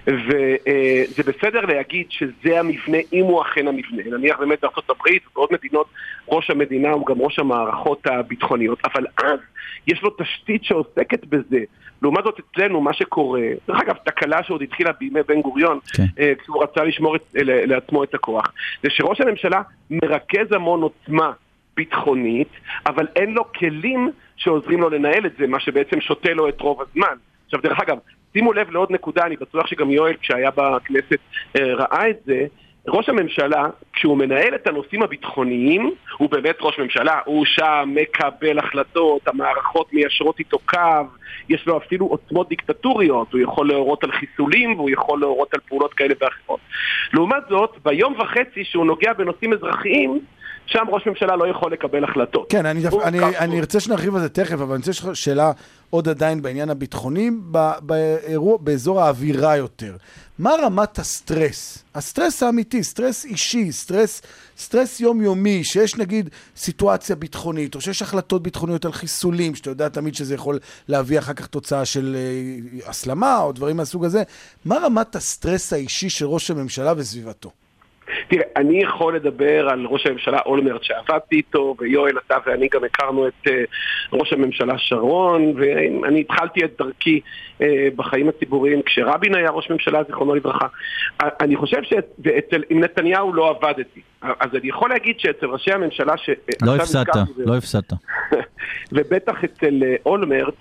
וזה בסדר להגיד שזה המבנה, אם הוא אכן המבנה. נניח באמת בארצות הברית ובעוד מדינות, ראש המדינה הוא גם ראש המערכות הביטחוניות. אבל אז יש לו תשתית שעוסקת בזה. לעומת זאת אצלנו, מה שקורה, דרך אגב, תקלה שעוד התחילה בימי בן גוריון, כשהוא רצה לשמור לעצמו את הכוח, זה שראש הממשלה מרכז המון עוצמה ביטחונית, אבל אין לו כלים שעוזרים לו לנהל את זה, מה שבעצם שותה לו את רוב הזמן. עכשיו, דרך אגב, שימו לב לעוד נקודה, אני בטוח שגם יואל, כשהיה בכנסת, ראה את זה, ראש הממשלה, כשהוא מנהל את הנושאים הביטחוניים, הוא באמת ראש ממשלה, הוא שם מקבל החלטות, המערכות מיישרות איתו קו, יש לו אפילו עוצמות דיקטטוריות, הוא יכול להורות על חיסולים, והוא יכול להורות על פעולות כאלה ואחרות. לעומת זאת, ביום וחצי שהוא נוגע בנושאים אזרחיים, שם ראש ממשלה לא יכול לקבל החלטות. כן, אני ארצה שנרחיב על זה תכף, אבל אני רוצה שאלה עוד עדיין בעניין הביטחוני, באזור האווירה יותר. מה רמת הסטרס? הסטרס האמיתי, סטרס אישי, סטרס יומיומי, שיש נגיד סיטואציה ביטחונית, או שיש החלטות ביטחוניות על חיסולים, שאתה יודע תמיד שזה יכול להביא אחר כך תוצאה של הסלמה, או דברים מהסוג הזה. מה רמת הסטרס האישי של ראש הממשלה וסביבתו? תראה, אני יכול לדבר על ראש הממשלה אולמרט שעבדתי איתו, ויואל, אתה ואני גם הכרנו את ראש הממשלה שרון, ואני התחלתי את דרכי בחיים הציבוריים כשרבין היה ראש ממשלה, זיכרונו לברכה. אני חושב שעם נתניהו לא עבדתי, אז אני יכול להגיד שאצל ראשי הממשלה לא הפסדת. ובטח אצל אולמרט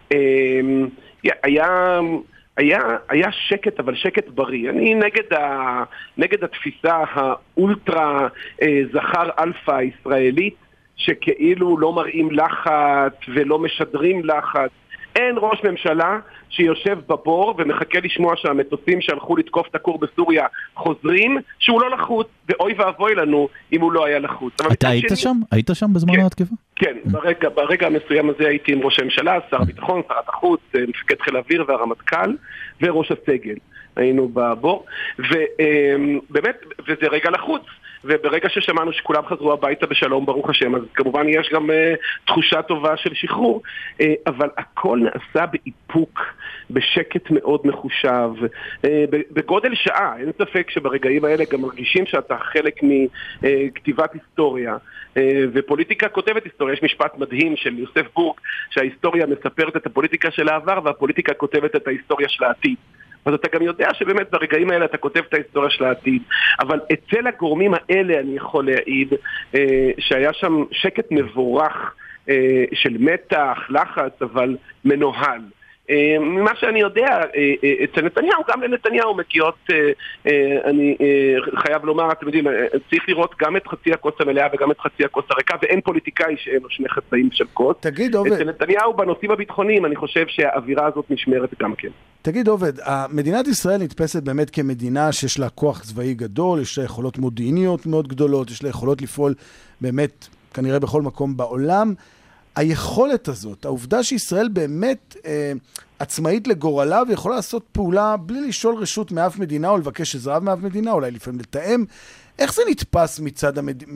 היה שקט, אבל שקט בריא. אני נגד התפיסה האולטרה זכר אלפא הישראלית, שכאילו לא מראים לחץ ולא משדרים לחץ. אין ראש ממשלה שיושב בבור ומחכה לשמוע שהמטוסים שהלכו לתקוף את הכור בסוריה חוזרים, שהוא לא לחוץ, ואוי ואבוי לנו אם הוא לא היה לחוץ. אתה היית שם? היית שם בזמן התקיפה? כן, ברגע המסוים הזה הייתי עם ראש הממשלה, שר הביטחון, שרת החוץ, מפקד חיל האוויר והרמטכ"ל וראש הסגל. היינו בבור, ובאמת, וזה רגע לחוץ. וברגע ששמענו שכולם חזרו הביתה בשלום, ברוך השם, אז כמובן יש גם תחושה טובה של שחרור, אבל הכל נעשה באיפוק, בשקט מאוד מחושב, בגודל שעה. אין ספק שברגעים האלה גם מרגישים שאתה חלק מכתיבת היסטוריה, ופוליטיקה כותבת היסטוריה. יש משפט מדהים של יוסף בורג, שההיסטוריה מספרת את הפוליטיקה של העבר, והפוליטיקה כותבת את ההיסטוריה של העתיד. אז אתה גם יודע שבאמת ברגעים האלה אתה כותב את ההיסטוריה של העתיד. אבל אצל הגורמים האלה אני יכול להעיד שהיה שם שקט מבורך של מתח, לחץ, אבל מנוהל. ממה שאני יודע, אצל נתניהו, גם לנתניהו מגיעות, אני חייב לומר, אתם יודעים, צריך לראות גם את חצי הכוס המלאה וגם את חצי הכוס הריקה, ואין פוליטיקאי שאין לו שני חצאים של כוס. תגיד, עובד. אצל נתניהו בנושאים הביטחוניים, אני חושב שהאווירה הזאת נשמרת גם כן. תגיד, עובד, מדינת ישראל נתפסת באמת כמדינה שיש לה כוח צבאי גדול, יש לה יכולות מודיעיניות מאוד גדולות, יש לה יכולות לפעול באמת, כנראה בכל מקום בעולם. היכולת הזאת, העובדה שישראל באמת עצמאית לגורלה ויכולה לעשות פעולה בלי לשאול רשות מאף מדינה או לבקש עזרה מאף מדינה, אולי לפעמים לתאם, איך זה נתפס מצד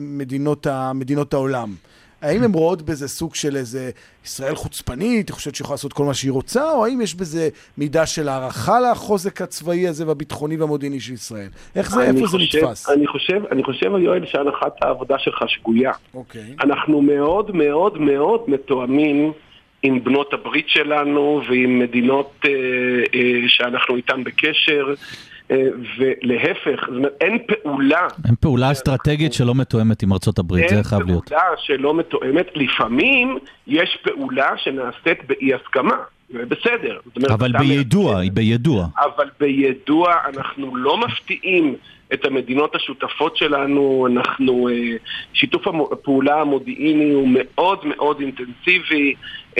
מדינות העולם? האם הם רואות בזה סוג של איזה ישראל חוצפנית, היא חושבת שיכולה לעשות כל מה שהיא רוצה, או האם יש בזה מידה של הערכה לחוזק הצבאי הזה והביטחוני והמודיעיני של ישראל? איך זה, איפה זה נתפס? אני חושב, יואל, שהנחת העבודה שלך שגויה. אוקיי. אנחנו מאוד מאוד מאוד מתואמים עם בנות הברית שלנו ועם מדינות שאנחנו איתן בקשר, ולהפך, זאת אומרת, אין פעולה אסטרטגית שלא מתואמת עם ארצות הברית, זה חייב להיות. אין פעולה שלא מתואמת, לפעמים יש פעולה שנעשית באי הסכמה, בסדר. אבל בידוע, היא בידוע. אבל בידוע אנחנו לא מפתיעים את המדינות השותפות שלנו, שיתוף הפעולה המודיעיני הוא מאוד מאוד אינטנסיבי,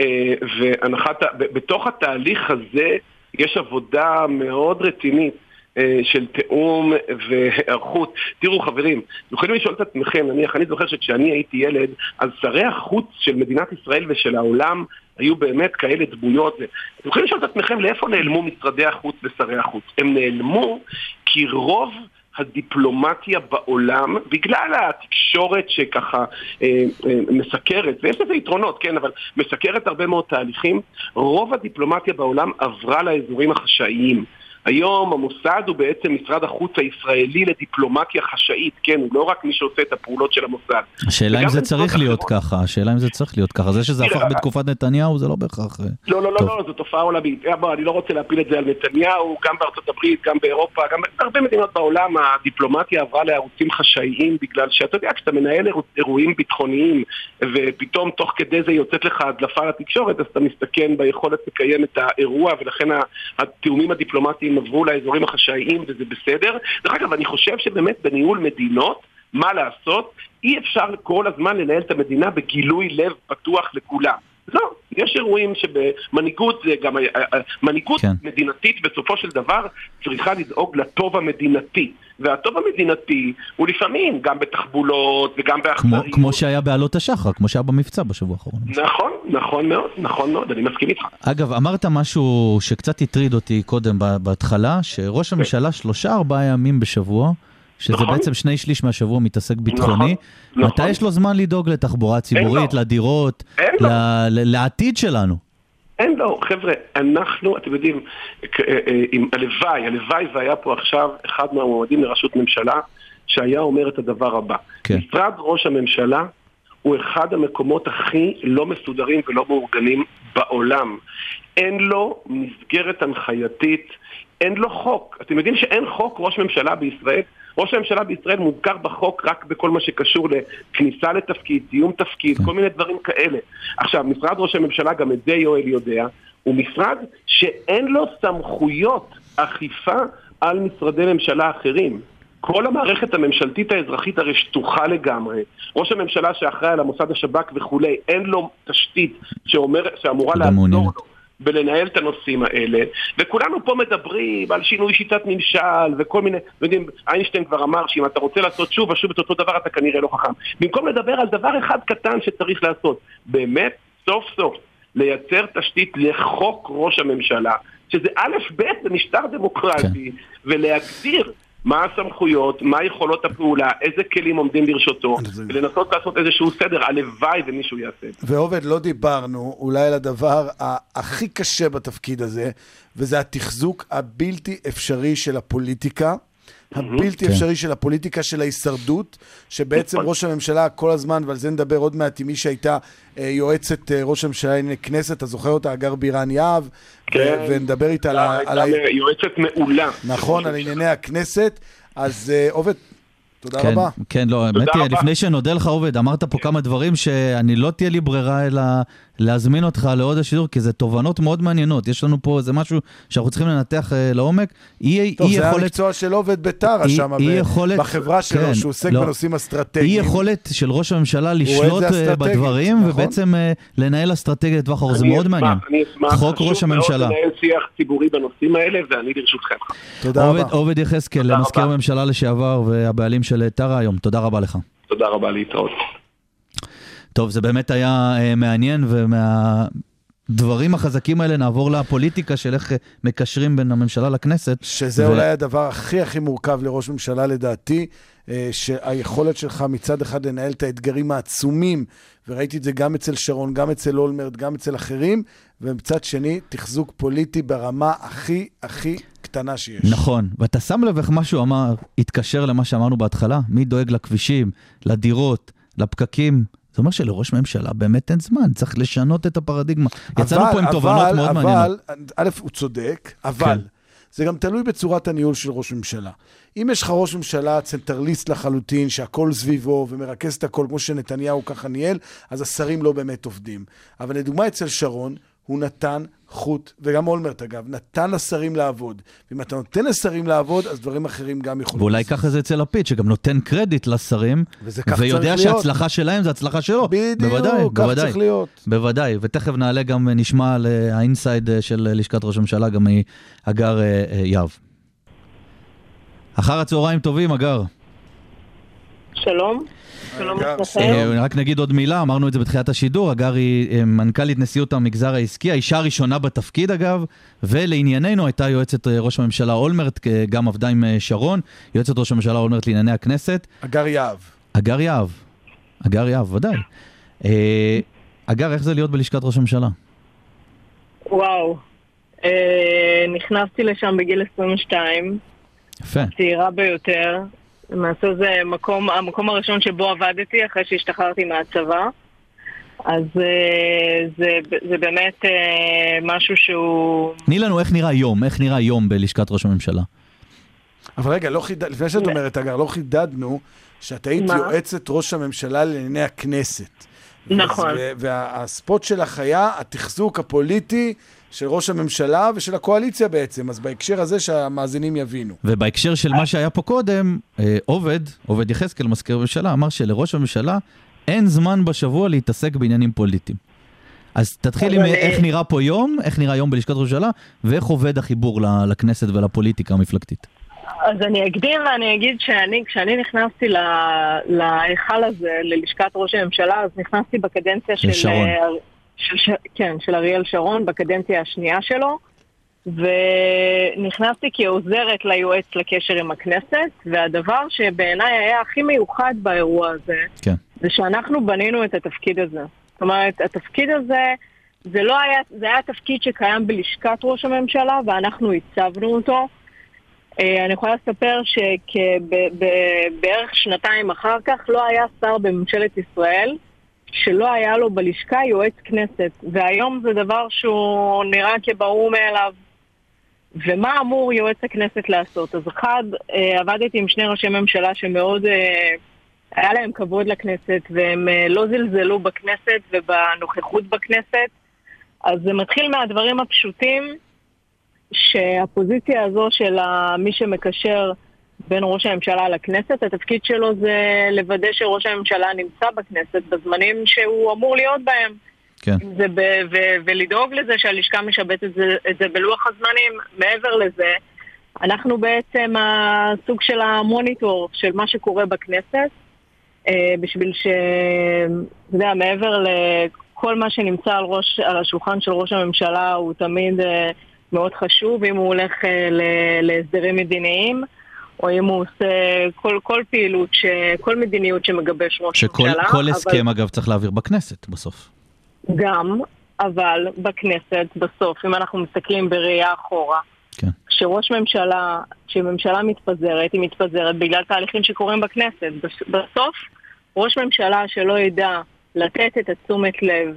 בתוך התהליך הזה יש עבודה מאוד רצינית של תאום והיערכות. תראו חברים, יכולים לשאול את עצמכם, אני זוכר שכשאני הייתי ילד, אז שרי החוץ של מדינת ישראל ושל העולם היו באמת כאלה דמויות. אתם יכולים לשאול את עצמכם לאיפה נעלמו משרדי החוץ ושרי החוץ. הם נעלמו כי רוב הדיפלומטיה בעולם, בגלל התקשורת שככה מסקרת, ויש לזה יתרונות, כן, אבל מסקרת הרבה מאוד תהליכים, רוב הדיפלומטיה בעולם עברה לאזורים החשאיים. היום המוסד הוא בעצם משרד החוץ הישראלי לדיפלומטיה חשאית, כן, הוא לא רק מי שעושה את הפעולות של המוסד. השאלה אם זה צריך להיות ככה, זה שזה הפך בתקופת נתניהו, זה לא בהכרח. לא, זו תופעה עולמית. אני לא רוצה להפיל את זה על נתניהו, גם בארצות הברית, גם באירופה, גם בהרבה מדינות בעולם, הדיפלומטיה עברה לערוצים חשאיים, בגלל שאתה יודע, כשאתה מנהל אירועים ביטחוניים, ופתאום תוך כדי זה יוצאת לך הדלפה לתקשורת, אז אתה מסתכן ביכולת לקיים את האירוע, ולכן התיאומים הדיפלומטיים עברו לאזורים החשאיים, וזה בסדר. דרך אגב, אני חושב שבאמת בניהול מדינות, מה לעשות, אי אפשר כל הזמן לנהל את המדינה בגילוי לב פתוח לכולם. לא, יש אירועים שבמנהיגות זה גם, מנהיגות מדינתית בסופו של דבר צריכה לדאוג לטוב המדינתי, והטוב המדינתי הוא לפעמים גם בתחבולות וגם באכזריות. כמו שהיה בעלות השחר, כמו שהיה במבצע בשבוע האחרון. נכון מאוד, אני מסכים איתך. אגב, אמרת משהו שקצת הטריד אותי קודם בהתחלה, שראש הממשלה 3-4 ימים בשבוע, שזה בעצם 2/3 מהשבוע מתעסק ביטחוני. מתי יש לו זמן לדאוג לתחבורה ציבורית, לדירות, לעתיד שלנו? אין לו, חבר'ה, אתם יודעים, הלוואי והיה פה עכשיו אחד מהמועמדים לראשות ממשלה, שהיה אומר את הדבר הבא. משרד ראש הממשלה הוא אחד המקומות הכי לא מסודרים ולא מאורגנים בעולם. אין לו מסגרת הנחייתית, אין לו חוק. אתם יודעים שאין חוק ראש ממשלה בישראל? ראש הממשלה בישראל מוזכר בחוק רק בכל מה שקשור לכניסה לתפקיד, סיום תפקיד, כל מיני דברים כאלה. עכשיו, משרד ראש הממשלה, גם את זה יואל יודע, הוא משרד שאין לו סמכויות אכיפה על משרדי ממשלה אחרים. כל המערכת הממשלתית האזרחית הרי שטוחה לגמרי. ראש הממשלה שאחראי על המוסד השב"כ וכולי, אין לו תשתית שאמורה לעזור לו בלנהל את הנושאים האלה, וכולנו פה מדברים על שינוי שיטת ממשל וכל מיני, יודעים, איינשטיין כבר אמר שאם אתה רוצה לעשות שוב את אותו דבר אתה כנראה לא חכם. במקום לדבר על דבר אחד קטן שצריך לעשות, באמת סוף סוף לייצר תשתית לחוק ראש הממשלה, שזה א' ב' במשטר דמוקרטי, ולהגדיר מה הסמכויות, מה יכולות הפעולה, איזה כלים עומדים לרשותו, ולנסות לעשות איזשהו סדר, הלוואי ומישהו יעשה. ועובד, לא דיברנו אולי על הדבר הכי קשה בתפקיד הזה, וזה התחזוק הבלתי אפשרי של הפוליטיקה, הבלתי אפשרי של הפוליטיקה, של ההישרדות, שבעצם ראש הממשלה כל הזמן, ועל זה נדבר עוד מעט עם מי שהייתה יועצת ראש הממשלה לענייני כנסת, אתה זוכר אותה, הגר בירן יהב, ונדבר איתה על יועצת מעולה. נכון, על ענייני הכנסת. אז עובד, תודה רבה. כן, לא, האמת היא, לפני שנודה לך עובד, אמרת פה כמה דברים שאני לא תהיה לי ברירה אלא להזמין אותך לעוד השידור, כי זה תובנות מאוד מעניינות. יש לנו פה איזה משהו שאנחנו צריכים לנתח לעומק. טוב, זה המקצוע של עובד בטרה שם, בחברה שלו, שהוא עוסק בנושאים אסטרטגיים. היא יכולת של ראש הממשלה לשלוט בדברים, ובעצם לנהל אסטרטגיה לטווח ארוך. זה מאוד מעניין. חוק ראש הממשלה. אני אשמח לנהל שיח ציבורי בנושאים האלה, ואני לרשותכם. תודה רבה. עובד יחזקאל, מזכיר הממשלה לשעבר והבעלים של טרה היום. תודה רבה לך. תודה רבה, להתראות. טוב, זה באמת היה מעניין, ומהדברים החזקים האלה נעבור לפוליטיקה של איך מקשרים בין הממשלה לכנסת. שזה אולי הדבר הכי מורכב לראש ממשלה לדעתי, שהיכולת שלך מצד אחד לנהל את האתגרים העצומים, וראיתי את זה גם אצל שרון, גם אצל אולמרט, גם אצל אחרים, ומצד שני תחזוק פוליטי ברמה הכי קטנה שיש. נכון, ואתה שם לב איך משהו אמר, התקשר למה שאמרנו בהתחלה, מי דואג לכבישים, לדירות, לפקקים, זה אומר שלראש ממשלה באמת אין זמן, צריך לשנות את הפרדיגמה. יצאנו פה עם תובנות מאוד מעניינות. א', הוא צודק, אבל זה גם תלוי בצורת הניהול של ראש ממשלה. אם יש לך ראש ממשלה צנטרליסט לחלוטין, שהכל סביבו ומרכז את הכל כמו שנתניהו ככה ניהל, אז השרים לא באמת עובדים. אבל לדוגמה אצל שרון, הוא נתן חוט, וגם אולמרט אגב, נתן לשרים לעבוד. ואם אתה נותן לשרים לעבוד, אז דברים אחרים גם יכולים. ואולי ככה זה אצל לפיד, שגם נותן קרדיט לשרים, ויודע שההצלחה שלהם זה הצלחה שלו. בדיוק, כך צריך להיות. בוודאי, ותכף נעלה גם נשמע על האינסייד של לשכת ראש הממשלה, גם מאגר יהב. אחר הצהריים טובים, אגר. שלום. רק נגיד עוד מילה, אמרנו את זה בתחילת השידור, אגר היא מנכ"לית נשיאות המגזר העסקי, האישה הראשונה בתפקיד אגב, ולענייננו הייתה יועצת ראש הממשלה אולמרט, גם עבדה עם שרון, יועצת ראש הממשלה אולמרט לענייני הכנסת. אגר יהב. אגר יהב, ודאי. אגר, איך זה להיות בלשכת ראש הממשלה? וואו, נכנסתי לשם בגיל 22, יפה. צעירה ביותר. למעשה זה המקום הראשון שבו עבדתי אחרי שהשתחררתי מהצבא. אז זה באמת משהו שהוא... תני לנו איך נראה יום בלשכת ראש הממשלה. אבל רגע, לפני שאת אומרת, אגר, לא חידדנו שאת היית יועצת ראש הממשלה לענייני הכנסת. נכון. והספוט שלך היה התחזוק הפוליטי של ראש הממשלה ושל הקואליציה בעצם, אז בהקשר הזה שהמאזינים יבינו. ובהקשר של מה שהיה פה קודם, עובד יחזקאל, מזכיר הממשלה, אמר שלראש הממשלה אין זמן בשבוע להתעסק בעניינים פוליטיים. אז תתחיל עם איך נראה פה יום, איך נראה יום בלשכת ראש הממשלה, ואיך עובד החיבור לכנסת ולפוליטיקה המפלגתית. אז אני אקדים ואני אגיד כשאני נכנסתי להיכל הזה, ללשכת ראש הממשלה, אז נכנסתי בקדנציה של שרון. של אריאל שרון, בקדנציה השנייה שלו, ונכנסתי כעוזרת ליועץ לקשר עם הכנסת, והדבר שבעיניי היה הכי מיוחד באירוע הזה, כן. זה שאנחנו בנינו את התפקיד הזה. זאת אומרת, התפקיד הזה, זה היה תפקיד שקיים בלשכת ראש הממשלה, ואנחנו הצבנו אותו. אני יכולה לספר שבערך שנתיים אחר כך לא היה שר בממשלת ישראל שלא היה לו בלשכה יועץ כנסת, והיום זה דבר שהוא נראה כברור מאליו. ומה אמור יועץ הכנסת לעשות? אז אחד, עבדתי עם שני ראשי ממשלה שמאוד היה להם כבוד לכנסת, והם לא זלזלו בכנסת ובנוכחות בכנסת. אז זה מתחיל מהדברים הפשוטים, שהפוזיציה הזו של מי שמקשר בין ראש הממשלה לכנסת, התפקיד שלו זה לוודא שראש הממשלה נמצא בכנסת בזמנים שהוא אמור להיות בהם. כן. ולדאוג לזה שהלשכה משבצת את זה בלוח הזמנים. מעבר לזה, אנחנו בעצם הסוג של המוניטור של מה שקורה בכנסת, בשביל מעבר לכל מה שנמצא על השולחן של ראש הממשלה הוא תמיד מאוד חשוב, אם הוא הולך להסדרים מדיניים, או אם הוא עושה כל פעילות, כל מדיניות שמגבש ראש הממשלה. שכל הסכם אגב צריך להעביר בכנסת בסוף. גם, אבל בכנסת בסוף, אם אנחנו מסתכלים בראייה אחורה, כן. כשראש ממשלה, כשממשלה מתפזרת, היא מתפזרת בגלל תהליכים שקורים בכנסת. בסוף, ראש ממשלה שלא ידע לתת את התשומת לב,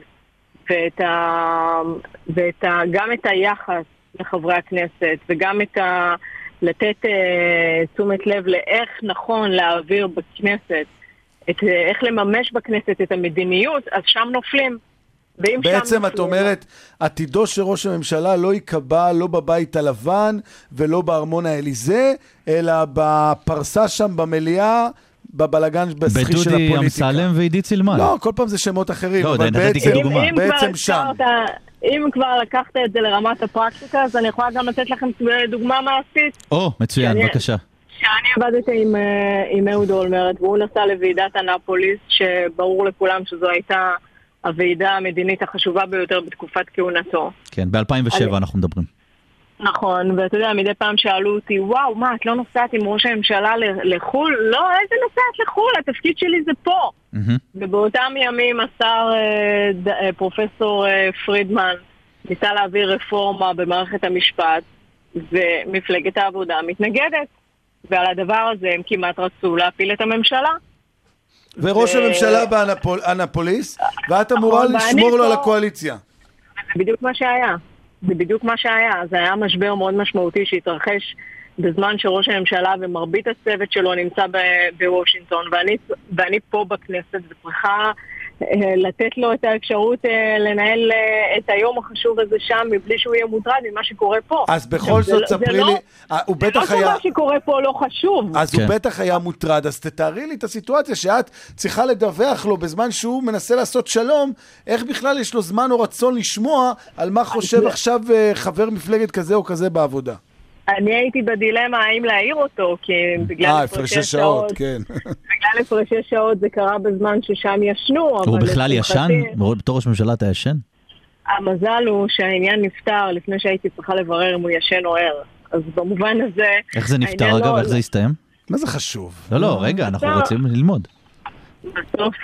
גם את היחס לחברי הכנסת, וגם לתת תשומת לב לאיך נכון להעביר בכנסת, איך לממש בכנסת את המדיניות, אז שם נופלים. בעצם את אומרת, עתידו של ראש הממשלה לא יקבע לא בבית הלבן ולא בארמון האליזה, אלא בפרסה שם במליאה, בבלגן בסחי של הפוליטיקה. בדודי אמסלם ועידית סילמן. לא, כל פעם זה שמות אחרים. לא, אבל בעצם שם. אם כבר לקחת את זה לרמת הפרקטיקה, אז אני יכולה גם לתת לכם דוגמה מעשית. מצוין, בבקשה. שאני עבדתי עם אהוד אולמרט, והוא נסע לוועידת אנאפוליס, שברור לכולם שזו הייתה הוועידה המדינית החשובה ביותר בתקופת כהונתו. כן, ב-2007 אנחנו מדברים. נכון, ואתה יודע, מדי פעם שאלו אותי, וואו, מה, את לא נוסעת עם ראש הממשלה לחול? לא, איזה נוסעת לחול? התפקיד שלי זה פה. ובאותם ימים השר פרופסור פרידמן ניסה להעביר רפורמה במערכת המשפט, ומפלגת העבודה מתנגדת. ועל הדבר הזה הם כמעט רצו להפיל את הממשלה. וראש הממשלה באנאפוליס, ואת אמורה לשמור לו על הקואליציה. זה בדיוק מה שהיה. זה היה משבר מאוד משמעותי שהתרחש בזמן שראש הממשלה ומרבית הצוות שלו נמצא בוושינגטון, ואני פה בכנסת וצריכה לתת לו את האפשרות לנהל את היום החשוב הזה שם, מבלי שהוא יהיה מוטרד ממה שקורה פה. אז בכל זאת ספרי לי, הוא בטח היה... זה לא שמה שקורה פה לא חשוב. אז הוא בטח היה מוטרד, אז תתארי לי את הסיטואציה שאת צריכה לדווח לו בזמן שהוא מנסה לעשות שלום, איך בכלל יש לו זמן או רצון לשמוע על מה חושב עכשיו חבר מפלגת כזה או כזה בעבודה. אני הייתי בדילמה האם להעיר אותו, כי בגלל הפרשי שעות, כן. בגלל הפרשי שעות זה קרה בזמן ששם ישנו. הוא בכלל ישן? בתור ראש ממשלה אתה ישן? המזל הוא שהעניין נפטר לפני שהייתי צריכה לברר אם הוא ישן או ער. אז במובן הזה... איך זה נפטר אגב? איך זה הסתיים? מה זה חשוב? לא, רגע, אנחנו רוצים ללמוד. בסוף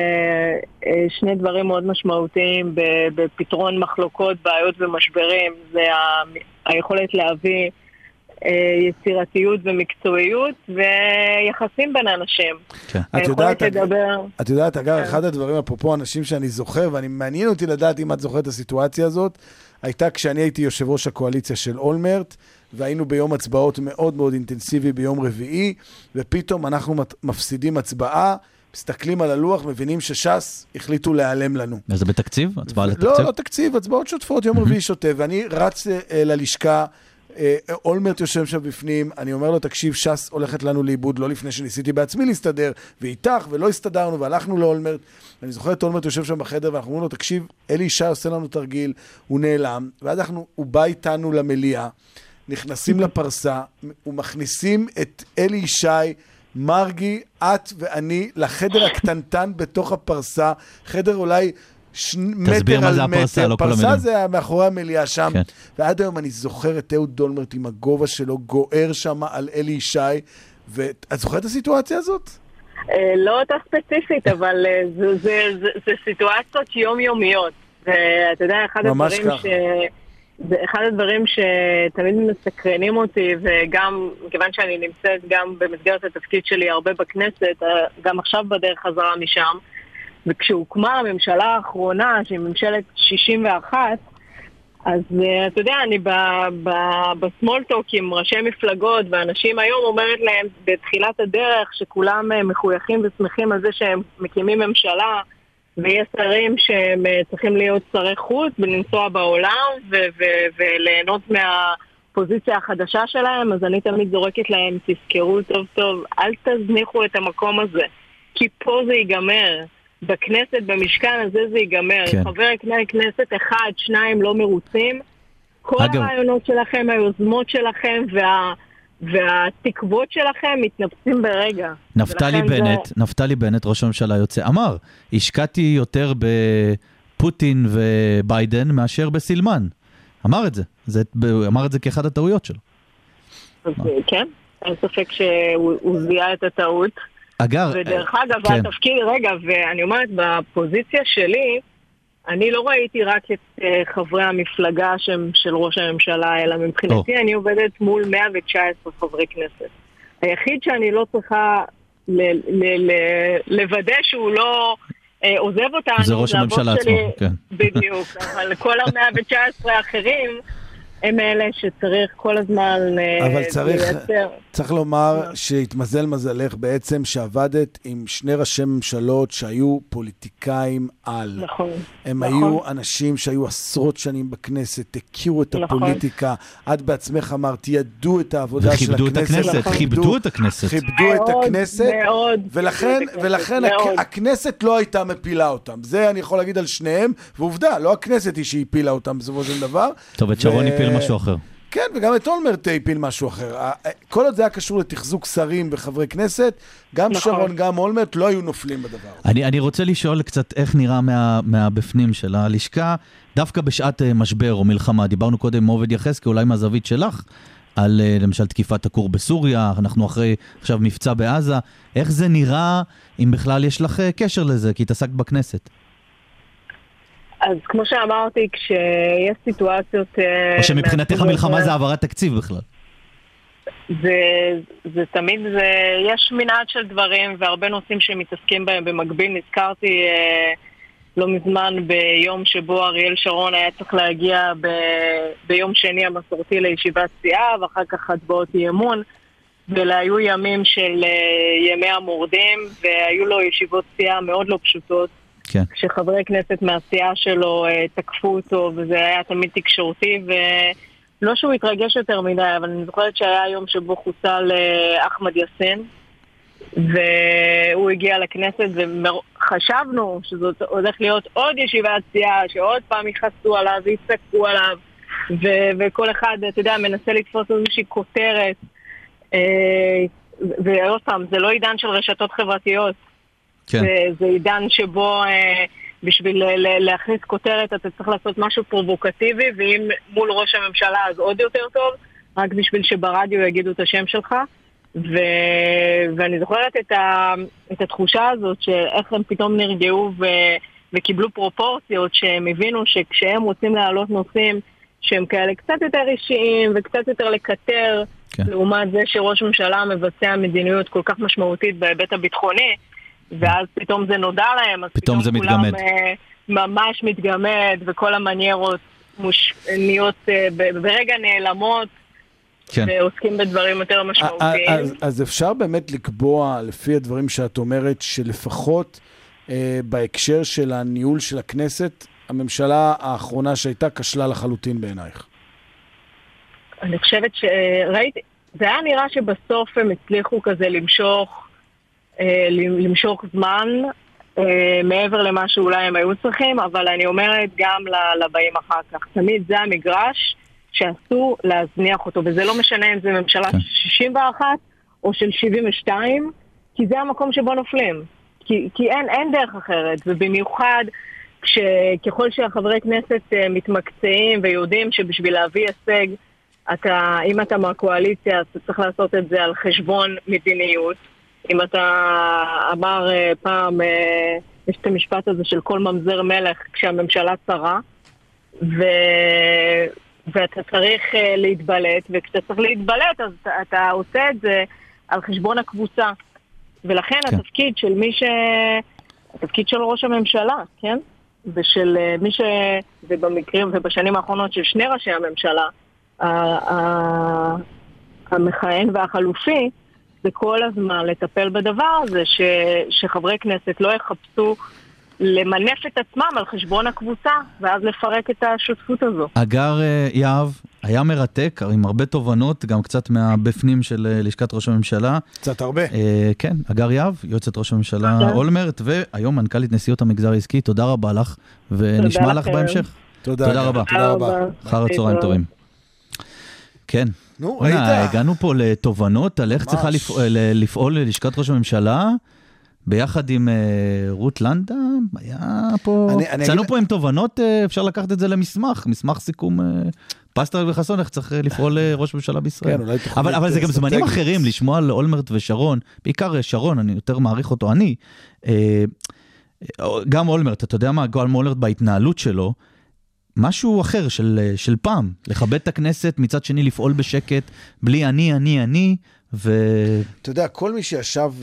שני דברים מאוד משמעותיים בפתרון מחלוקות, בעיות ומשברים, זה היכולת להביא יצירתיות ומקצועיות ויחסים בין אנשים. את יודעת, אגב, אחד הדברים, אפרופו אנשים שאני זוכר, ואני מעניין אותי לדעת אם את זוכרת את הסיטואציה הזאת, הייתה כשאני הייתי יושב ראש הקואליציה של אולמרט, והיינו ביום הצבעות מאוד מאוד אינטנסיבי ביום רביעי, ופתאום אנחנו מפסידים הצבעה, מסתכלים על הלוח, מבינים שש"ס החליטו להיעלם לנו. זה בתקציב? הצבעה לתקציב? לא תקציב, הצבעות שוטפות, יום רביעי שוטף, ואני רץ ללשכה, אולמרט יושב שם בפנים, אני אומר לו, תקשיב, ש"ס הולכת לנו לאיבוד, לא לפני שניסיתי בעצמי להסתדר, ואיתך, ולא הסתדרנו, והלכנו לאולמרט, ואני זוכר את אולמרט יושב שם בחדר, ואנחנו אומרים לו, תקשיב, אלי ישי עושה לנו תרגיל, הוא נעלם, ואז הוא בא איתנו למליאה, נכנסים לפרסה, ומכניסים את אלי ישי, מרגי, את ואני, לחדר הקטנטן בתוך הפרסה, חדר אולי מטר על מטר, לא פרסה זה מאחורי המליאה שם, כן. ועד היום אני זוכר את אהוד דולמרט עם הגובה שלו, גוער שם על אלי ישי, ואת זוכרת את הסיטואציה הזאת? לא אותה ספציפית, אבל זה סיטואציות יומיומיות, ואתה יודע, אחד הדברים שתמיד מסקרנים אותי, וגם, מכיוון שאני נמצאת גם במסגרת התפקיד שלי הרבה בכנסת, גם עכשיו בדרך חזרה משם, וכשהוקמה הממשלה האחרונה, שהיא ממשלת 61, אז אתה יודע, אני בסמולטוק עם ראשי מפלגות, ואנשים היום אומרת להם בתחילת הדרך, שכולם מחויכים ושמחים על זה שהם מקימים ממשלה, ויש שרים שהם צריכים להיות שרי חוץ ולנסוע בעולם וליהנות מהפוזיציה החדשה שלהם, אז אני תמיד זורקת להם, תזכרו טוב טוב, אל תזניחו את המקום הזה, כי פה זה ייגמר, בכנסת, במשכן הזה זה ייגמר, כן. חבר כנסת אחד, שניים לא מרוצים, כל הרעיונות שלכם, היוזמות שלכם והתקוות שלכם מתנפצים ברגע. נפתלי בנט, ראש הממשלה יוצא, אמר, השקעתי יותר בפוטין וביידן מאשר בסילמן. אמר את זה. אמר את זה כאחד הטעויות שלו. אז כן, אין ספק שהוא זיהה את הטעות. ודרך אגב, התפקיד, רגע, ואני אומרת, בפוזיציה שלי, אני לא ראיתי רק את חברי המפלגה של ראש הממשלה, אלא מבחינתי אני עובדת מול 119 חברי כנסת. היחיד שאני לא צריכה לוודא שהוא לא עוזב אותנו, זה ראש הממשלה עצמו, כן. בדיוק, אבל כל ה-119 האחרים הם אלה שצריך כל הזמן אבל צריך לומר שהתמזל מזלך בעצם שעבדת עם שני ראשי ממשלות שהיו פוליטיקאים על. נכון. הם היו אנשים שהיו עשרות שנים בכנסת, הכירו את הפוליטיקה, את בעצמך אמרת, ידעו את העבודה של הכנסת. כיבדו את הכנסת. כיבדו את הכנסת. ולכן הכנסת לא הייתה מפילה אותם. זה אני יכול להגיד על שניהם, ועובדה, לא הכנסת היא שהפילה אותם בסופו של דבר. טוב, את שרון הפיל משהו אחר. כן, וגם את אולמרט הפיל משהו אחר. כל עוד זה היה קשור לתחזוק שרים וחברי כנסת, גם שרון, גם אולמרט לא היו נופלים בדבר. אני רוצה לשאול קצת איך נראה מהבפנים של הלשכה, דווקא בשעת משבר או מלחמה. דיברנו קודם עם עובד יחזקאל, אולי מהזווית שלך, על למשל תקיפת הכור בסוריה, אנחנו אחרי עכשיו מבצע בעזה. איך זה נראה, אם בכלל יש לך קשר לזה, כי התעסקת בכנסת? אז כמו שאמרתי, כשיש סיטואציות... או שמבחינתך המלחמה זה העברת תקציב בכלל. זה תמיד, יש מנעד של דברים והרבה נושאים שמתעסקים בהם במקביל. נזכרתי לא מזמן ביום שבו אריאל שרון היה צריך להגיע ביום שני המסורתי לישיבת סיעה, ואחר כך הצבעות אי-אמון, ואלה היו ימים של ימי המורדים, והיו לו ישיבות סיעה מאוד לא פשוטות. כן. שחברי כנסת מהסיעה שלו תקפו אותו, וזה היה תמיד תקשורתי, ולא שהוא התרגש יותר מדי, אבל אני זוכרת שהיה יום שבו חוסל אחמד יאסין, והוא הגיע לכנסת, וחשבנו שזאת הולך להיות עוד ישיבת סיעה, שעוד פעם יחסו עליו ויצעקו עליו, וכל אחד, אתה יודע, מנסה לתפוס איזושהי כותרת, ועוד פעם, זה לא עידן של רשתות חברתיות, כן. זה עידן שבו בשביל להכניס כותרת אתה צריך לעשות משהו פרובוקטיבי, ואם מול ראש הממשלה אז עוד יותר טוב, רק בשביל שברדיו יגידו את השם שלך. ואני זוכרת את התחושה הזאת שאיך הם פתאום נרגעו וקיבלו פרופורציות, שהם הבינו שכשהם רוצים להעלות נושאים שהם כאלה קצת יותר אישיים וקצת יותר לקטר, כן. לעומת זה שראש ממשלה מבצע מדיניות כל כך משמעותית בהיבט הביטחוני, ואז פתאום זה נודע להם, אז פתאום זה כולם מתגמד. ממש מתגמד, וכל המניירות נהיות ברגע נעלמות, כן. ועוסקים בדברים יותר משמעותיים. אז אפשר באמת לקבוע, לפי הדברים שאת אומרת, שלפחות בהקשר של הניהול של הכנסת, הממשלה האחרונה שהייתה כשלה לחלוטין בעינייך. אני חושבת שראיתי, זה היה נראה שבסוף הם הצליחו כזה למשוך זמן מעבר למה שאולי הם היו צריכים, אבל אני אומרת גם לבאים אחר כך. תמיד זה המגרש שאסור להזניח אותו, וזה לא משנה אם זה ממשלה 61 או של 72, כי זה המקום שבו נופלים. כי אין דרך אחרת, ובמיוחד ככל שהחברי כנסת מתמקצעים ויודעים שבשביל להביא הישג, אם אתה מהקואליציה, אתה צריך לעשות את זה על חשבון מדיניות. אם אתה אמר פעם, יש את המשפט הזה של כל ממזר מלך כשהממשלה צרה, ואתה צריך להתבלט, וכשאתה צריך להתבלט, אז אתה עושה את זה על חשבון הקבוצה. ולכן התפקיד של התפקיד של ראש הממשלה, כן? ושל מי ובמקרים ובשנים האחרונות של שני ראשי הממשלה, המכהן והחלופי, זה כל הזמן לטפל בדבר הזה, שחברי כנסת לא יחפשו למנף את עצמם על חשבון הקבוצה, ואז לפרק את השותפות הזו. אגר יהב היה מרתק, עם הרבה תובנות, גם קצת מהבפנים של לשכת ראש הממשלה. קצת הרבה. כן, אגר יהב, יועצת ראש הממשלה אולמרט, והיום מנכ"לית נשיאות המגזר העסקי. תודה רבה לך, ונשמע לך בהמשך. תודה רבה. תודה רבה. אחר הצהריים טובים. כן. נו, ראית? הגענו פה לתובנות על איך צריכה לפעול לשכת ראש הממשלה, ביחד עם רות לנדה, היה פה, צאנו פה עם תובנות, אפשר לקחת את זה למסמך, מסמך סיכום פסטרנק וחסון, איך צריך לפעול ראש ממשלה בישראל. אבל זה גם זמנים אחרים, לשמוע על אולמרט ושרון, בעיקר שרון, אני יותר מעריך אותו, גם אולמרט, אתה יודע מה, גם אולמרט בהתנהלות שלו, משהו אחר של פעם, לכבד את הכנסת, מצד שני לפעול בשקט, בלי אני, אתה יודע, כל מי שישב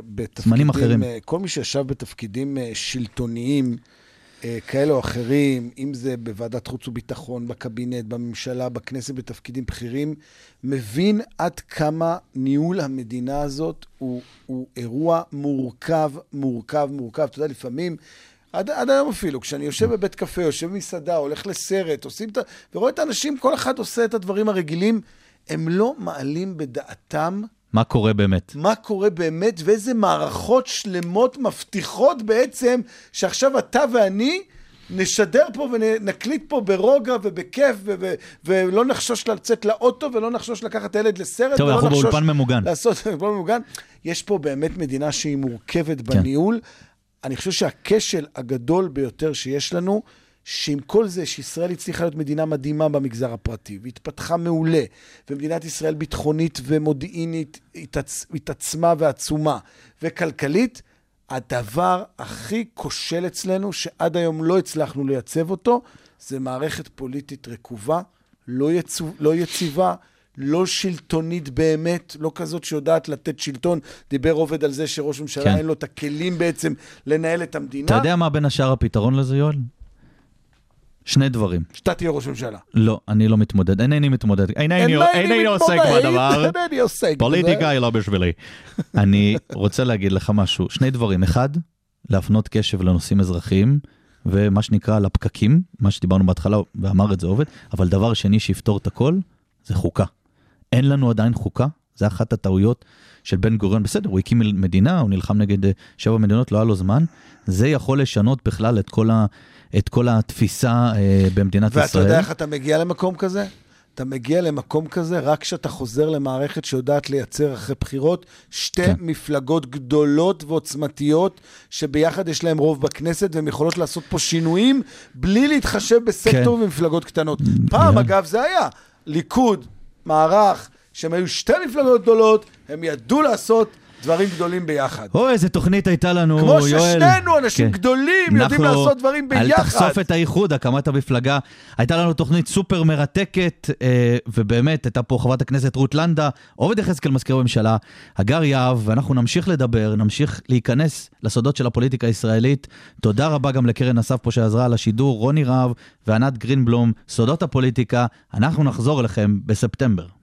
בתפקידים שלטוניים כאלה או אחרים, אם זה בוועדת חוץ וביטחון, בקבינט, בממשלה, בכנסת, בתפקידים בכירים, מבין עד כמה ניהול המדינה הזאת הוא אירוע מורכב. אתה יודע, לפעמים, עד היום אפילו, כשאני יושב בבית קפה, יושב במסעדה, הולך לסרט, ורואה את האנשים, כל אחד עושה את הדברים הרגילים, הם לא מעלים בדעתם מה קורה באמת, ואיזה מערכות שלמות מבטיחות בעצם, שעכשיו אתה ואני נשדר פה ונקליט פה ברוגע ובכיף, ולא נחשוש לצאת לאוטו, ולא נחשוש לקחת הילד לסרט, טוב, אנחנו באולפן ממוגן. יש פה באמת מדינה שהיא מורכבת בניהול. אני חושב שהכשל הגדול ביותר שיש לנו, שעם כל זה שישראל הצליחה להיות מדינה מדהימה במגזר הפרטי, והתפתחה מעולה, ומדינת ישראל ביטחונית ומודיעינית התעצמה ועצומה, וכלכלית, הדבר הכי כושל אצלנו, שעד היום לא הצלחנו לייצב אותו, זה מערכת פוליטית רקובה, לא יציבה, לא שלטונית באמת, לא כזאת שיודעת לתת שלטון. דיבר עובד על זה שראש ממשלה אין לו את הכלים בעצם לנהל את המדינה. אתה יודע מה בין השאר הפתרון לזה, יואל? שני דברים. שאתה תהיה ראש ממשלה. לא, אני לא מתמודד. אינני מתמודד. אינני עוסק בדבר. פוליטיקה היא לא בשבילי. אני רוצה להגיד לך משהו. שני דברים. אחד, להפנות קשב לנושאים אזרחיים, ומה שנקרא לפקקים, מה שדיברנו בהתחלה, ואמר את זה עובד, אבל דבר שני שיפתור את הכל, זה חוקה. אין לנו עדיין חוקה, זה אחת הטעויות של בן גוריון, בסדר, הוא הקים מדינה, הוא נלחם נגד 7 מדינות, לא היה לו זמן, זה יכול לשנות בכלל את כל התפיסה במדינת ישראל. ואתה יודע איך אתה מגיע למקום כזה? אתה מגיע למקום כזה רק כשאתה חוזר למערכת שיודעת לייצר אחרי בחירות שתי מפלגות גדולות ועוצמתיות שביחד יש להם רוב בכנסת והן יכולות לעשות פה שינויים בלי להתחשב בסקטור ומפלגות קטנות. פעם אגב זה היה ליכוד, מערך, שהם היו שתי מפלגות גדולות, הם ידעו לעשות דברים גדולים ביחד. אוי, איזה תוכנית הייתה לנו, כמו יואל. ששנינו אנשים גדולים יודעים לעשות דברים ביחד. אל תחשוף את האיחוד, הקמת המפלגה. הייתה לנו תוכנית סופר מרתקת, ובאמת הייתה פה חברת הכנסת רות לנדה, עובד יחזקאל מזכיר בממשלה, הגר יהב, ואנחנו נמשיך לדבר, נמשיך להיכנס לסודות של הפוליטיקה הישראלית. תודה רבה גם לקרן אסף פה שעזרה על השידור, רוני רהב וענת גרינבלום, סודות הפוליטיקה. אנחנו נחזור אליכם בספטמבר.